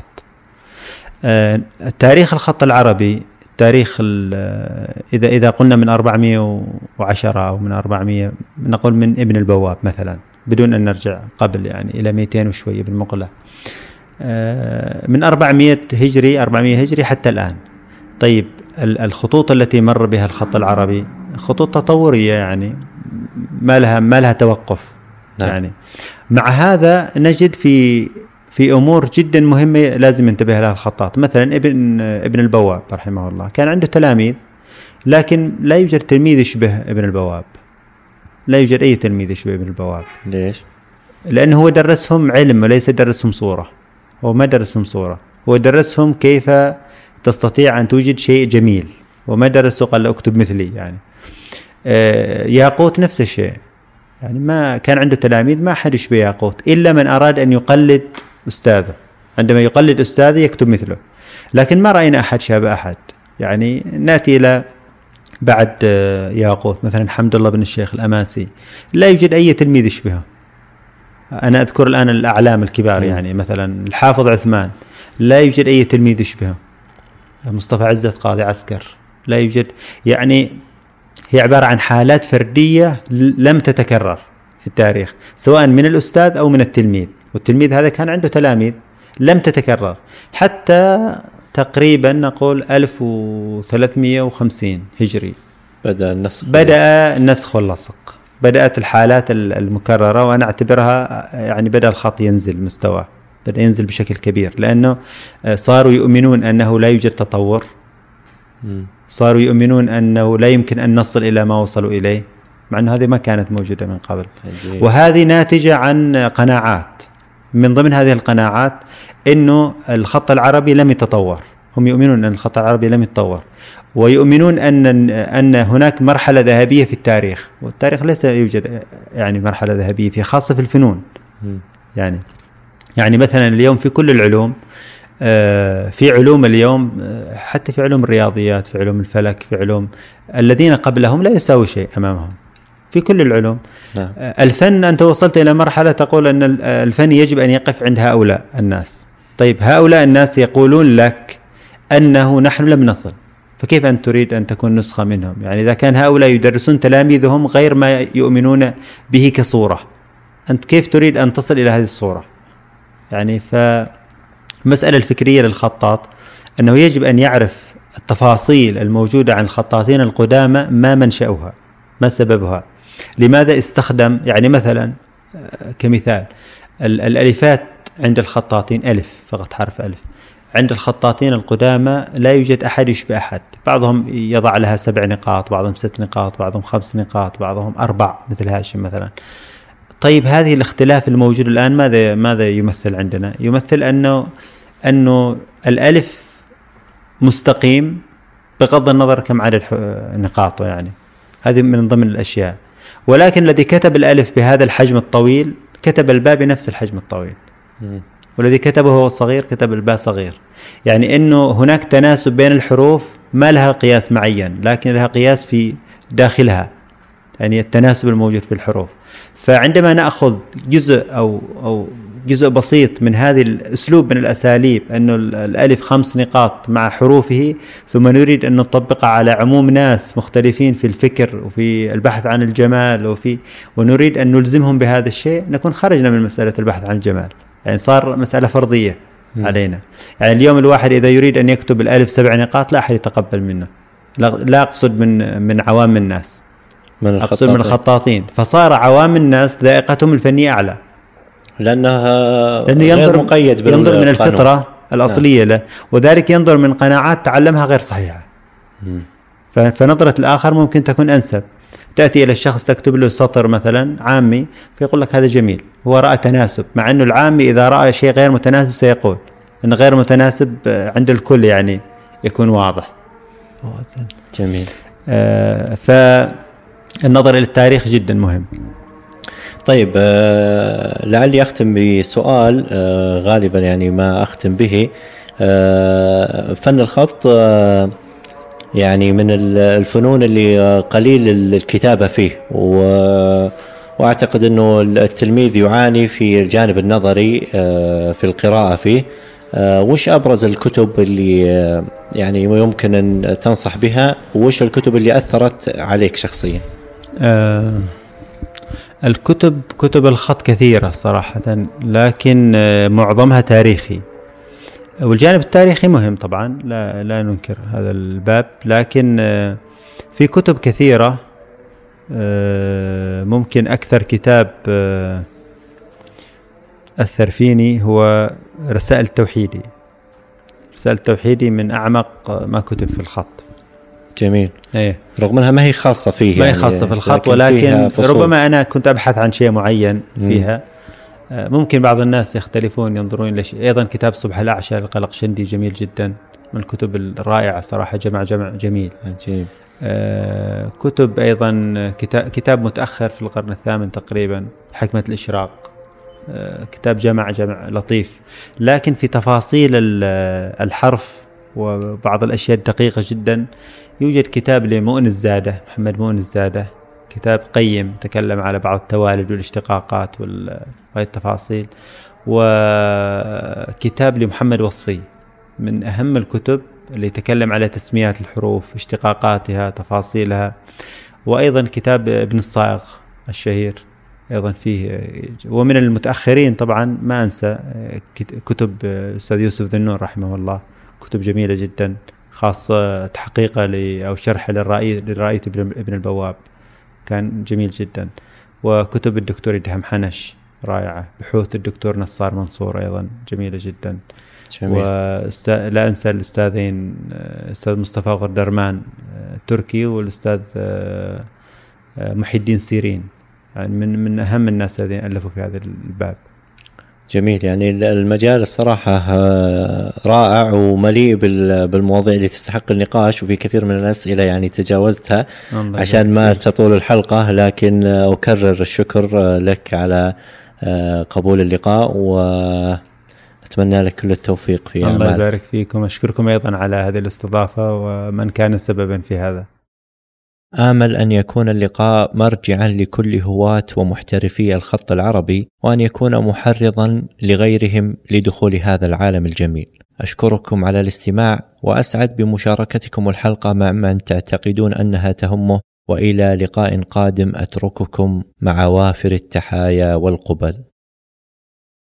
تاريخ الخط العربي، تاريخ إذا قلنا من 410 أو من 400، نقول من ابن البواب مثلا، بدون أن نرجع قبل يعني إلى 200 وشوية بالمقلة، من 400 هجري حتى الآن. طيب الخطوط التي مر بها الخط العربي خطوط تطورية يعني ما لها توقف. نعم. يعني مع هذا نجد في أمور جدا مهمة لازم ينتبه لها الخطاط. مثلا ابن البواب رحمه الله كان عنده تلاميذ، لكن لا يوجد تلميذ يشبه ابن البواب، لا يوجد أي تلميذ يشبه ابن البواب. ليش؟ لأنه هو درسهم علم وليس درسهم صورة. هو ما درسهم صورة، هو درسهم كيف تستطيع أن توجد شيء جميل، وما درسه قال اكتب مثلي يعني. ياقوت نفس الشيء، يعني ما كان عنده تلاميذ ما أحد يشبه ياقوت إلا من أراد أن يقلد أستاذه. عندما يقلد أستاذه يكتب مثله، لكن ما رأينا أحد شابه أحد. يعني نأتي إلى بعد ياقوت مثلا حمد الله بن الشيخ الأماسي، لا يوجد أي تلميذ يشبهه. أنا أذكر الآن الأعلام الكبار يعني مثلا الحافظ عثمان لا يوجد أي تلميذ يشبهه. مصطفى عزت قاضي عسكر لا يوجد. يعني هي عبارة عن حالات فردية لم تتكرر في التاريخ، سواء من الأستاذ أو من التلميذ، والتلميذ هذا كان عنده تلاميذ لم تتكرر حتى تقريبا نقول 1350 هجري بدأ النسخ واللصق، بدأت الحالات المكررة. وأنا أعتبرها يعني بدأ الخط ينزل مستوى، بدأ ينزل بشكل كبير، لأنه صاروا يؤمنون أنه لا يوجد تطور، صاروا يؤمنون أنه لا يمكن أن نصل إلى ما وصلوا إليه، مع أن هذه ما كانت موجودة من قبل. وهذه ناتجة عن قناعات، من ضمن هذه القناعات أنه الخط العربي لم يتطور. هم يؤمنون أن الخط العربي لم يتطور، ويؤمنون أن هناك مرحلة ذهبية في التاريخ، والتاريخ ليس يوجد يعني مرحلة ذهبية فيه، خاصة في الفنون. يعني مثلا اليوم في كل العلوم، في علوم اليوم حتى في علوم الرياضيات، في علوم الفلك، في علوم الذين قبلهم لا يساوي شيء أمامهم في كل العلوم. نعم. الفن أنت وصلت إلى مرحلة تقول أن الفن يجب أن يقف عند هؤلاء الناس. طيب هؤلاء الناس يقولون لك أنه نحن لم نصل، فكيف أن تريد أن تكون نسخة منهم؟ يعني إذا كان هؤلاء يدرسون تلاميذهم غير ما يؤمنون به كصورة، أنت كيف تريد أن تصل إلى هذه الصورة؟ يعني فمسألة الفكرية للخطاط أنه يجب أن يعرف التفاصيل الموجودة عن الخطاطين القدامى، ما منشأها، ما سببها، لماذا استخدم. يعني مثلا كمثال الألفات عند الخطاطين ألف فقط، حرف ألف. عند الخطاطين القدامى لا يوجد أحد يشبه أحد، بعضهم يضع لها 7 نقاط، بعضهم 6 نقاط، بعضهم 5 نقاط، بعضهم 4 مثل هاشم مثلا. طيب هذه الاختلاف الموجود الآن ماذا يمثل عندنا؟ يمثل أنه الألف مستقيم بغض النظر كم عدد نقاطه، يعني هذه من ضمن الأشياء. ولكن الذي كتب الألف بهذا الحجم الطويل كتب الباء بنفس الحجم الطويل، والذي كتبه هو صغير كتب الباء صغير. يعني أنه هناك تناسب بين الحروف ما لها قياس معين، لكن لها قياس في داخلها، يعني التناسب الموجود في الحروف. فعندما نأخذ جزء أو جزء بسيط من هذه الأسلوب من الأساليب، أنه الألف 5 نقاط مع حروفه، ثم نريد أن نطبقها على عموم ناس مختلفين في الفكر وفي البحث عن الجمال ونريد أن نلزمهم بهذا الشيء، نكون خرجنا من مسألة البحث عن الجمال، يعني صار مسألة فرضية علينا. يعني اليوم الواحد إذا يريد أن يكتب الألف 7 نقاط لا أحد يتقبل منه، لا أقصد من عوام الناس، أقصد من الخطاطين. فصار عوام الناس ذائقتهم الفنية أعلى، لأنه غير مقيد، ينظر من الفطرة الأصلية له، وذلك ينظر من قناعات تعلمها غير صحيحة. فنظرة الآخر ممكن تكون أنسب. تأتي إلى الشخص تكتب له سطر مثلا عامي فيقول لك هذا جميل، هو رأى تناسب، مع أنه العامي إذا رأى شيء غير متناسب سيقول أن غير متناسب عند الكل، يعني يكون واضح. جميل. فالنظر إلى التاريخ جدا مهم. طيب لعلي أختم بسؤال غالبا يعني ما أختم به. فن الخط يعني من الفنون اللي قليل الكتابة فيه، وأعتقد أنه التلميذ يعاني في الجانب النظري في القراءة فيه. وش أبرز الكتب اللي يعني يمكن أن تنصح بها، وش الكتب اللي أثرت عليك شخصيا؟ كتب الخط كثيرة صراحة، لكن معظمها تاريخي، والجانب التاريخي مهم طبعا، لا ننكر هذا الباب، لكن في كتب كثيرة. ممكن أكثر كتاب أثر فيني هو رسائل التوحيدي. رسائل التوحيدي من أعمق ما كتب في الخط. جميل. ايه، رغم انها ما هي خاصه فيه، ما هي خاصه في الخط، ولكن ربما انا كنت ابحث عن شيء معين فيها. ممكن بعض الناس يختلفون، ينظرون الى شيء. ايضا كتاب صبح الاعشى للقلقشندي جميل جدا، من الكتب الرائعه صراحه، جمع جميل. عجيب. كتب ايضا كتاب متاخر في القرن الثامن تقريبا، حكمه الاشراق، كتاب جمع لطيف، لكن في تفاصيل الحرف وبعض الاشياء الدقيقه جدا. يوجد كتاب لمؤن الزادة، محمد مؤن الزادة، كتاب قيم، تكلم على بعض التوالد والاشتقاقات وهذه التفاصيل. وكتاب لمحمد وصفي من أهم الكتب اللي يتكلم على تسميات الحروف، اشتقاقاتها، تفاصيلها. وأيضا كتاب ابن الصائغ الشهير أيضا فيه. ومن المتأخرين طبعا ما أنسى كتب الأستاذ يوسف ذنون رحمه الله، كتب جميلة جدا، خاصة تحقيقه أو شرح للرائية ابن البواب، كان جميل جدا. وكتب الدكتور إدهم حنش رائعة، بحوث الدكتور نصار منصور أيضا جميلة جدا. لا أنسى الأستاذين، الأستاذ مصطفى غردرمان تركي، والأستاذ محي الدين سيرين، يعني من أهم الناس الذين ألفوا في هذا الباب. جميل. يعني المجال الصراحة رائع ومليء بالمواضيع اللي تستحق النقاش، وفي كثير من الأسئلة يعني تجاوزتها عشان ما تطول الحلقة، لكن أكرر الشكر لك على قبول اللقاء، وأتمنى لك كل التوفيق في الله يبارك فيكم. أشكركم أيضا على هذه الاستضافة ومن كان سببا في هذا. آمل أن يكون اللقاء مرجعا لكل هواة ومحترفي الخط العربي، وأن يكون محرضا لغيرهم لدخول هذا العالم الجميل. أشكركم على الاستماع، وأسعد بمشاركتكم الحلقة مع من تعتقدون أنها تهمه، وإلى لقاء قادم أترككم مع وافر التحايا والقبل.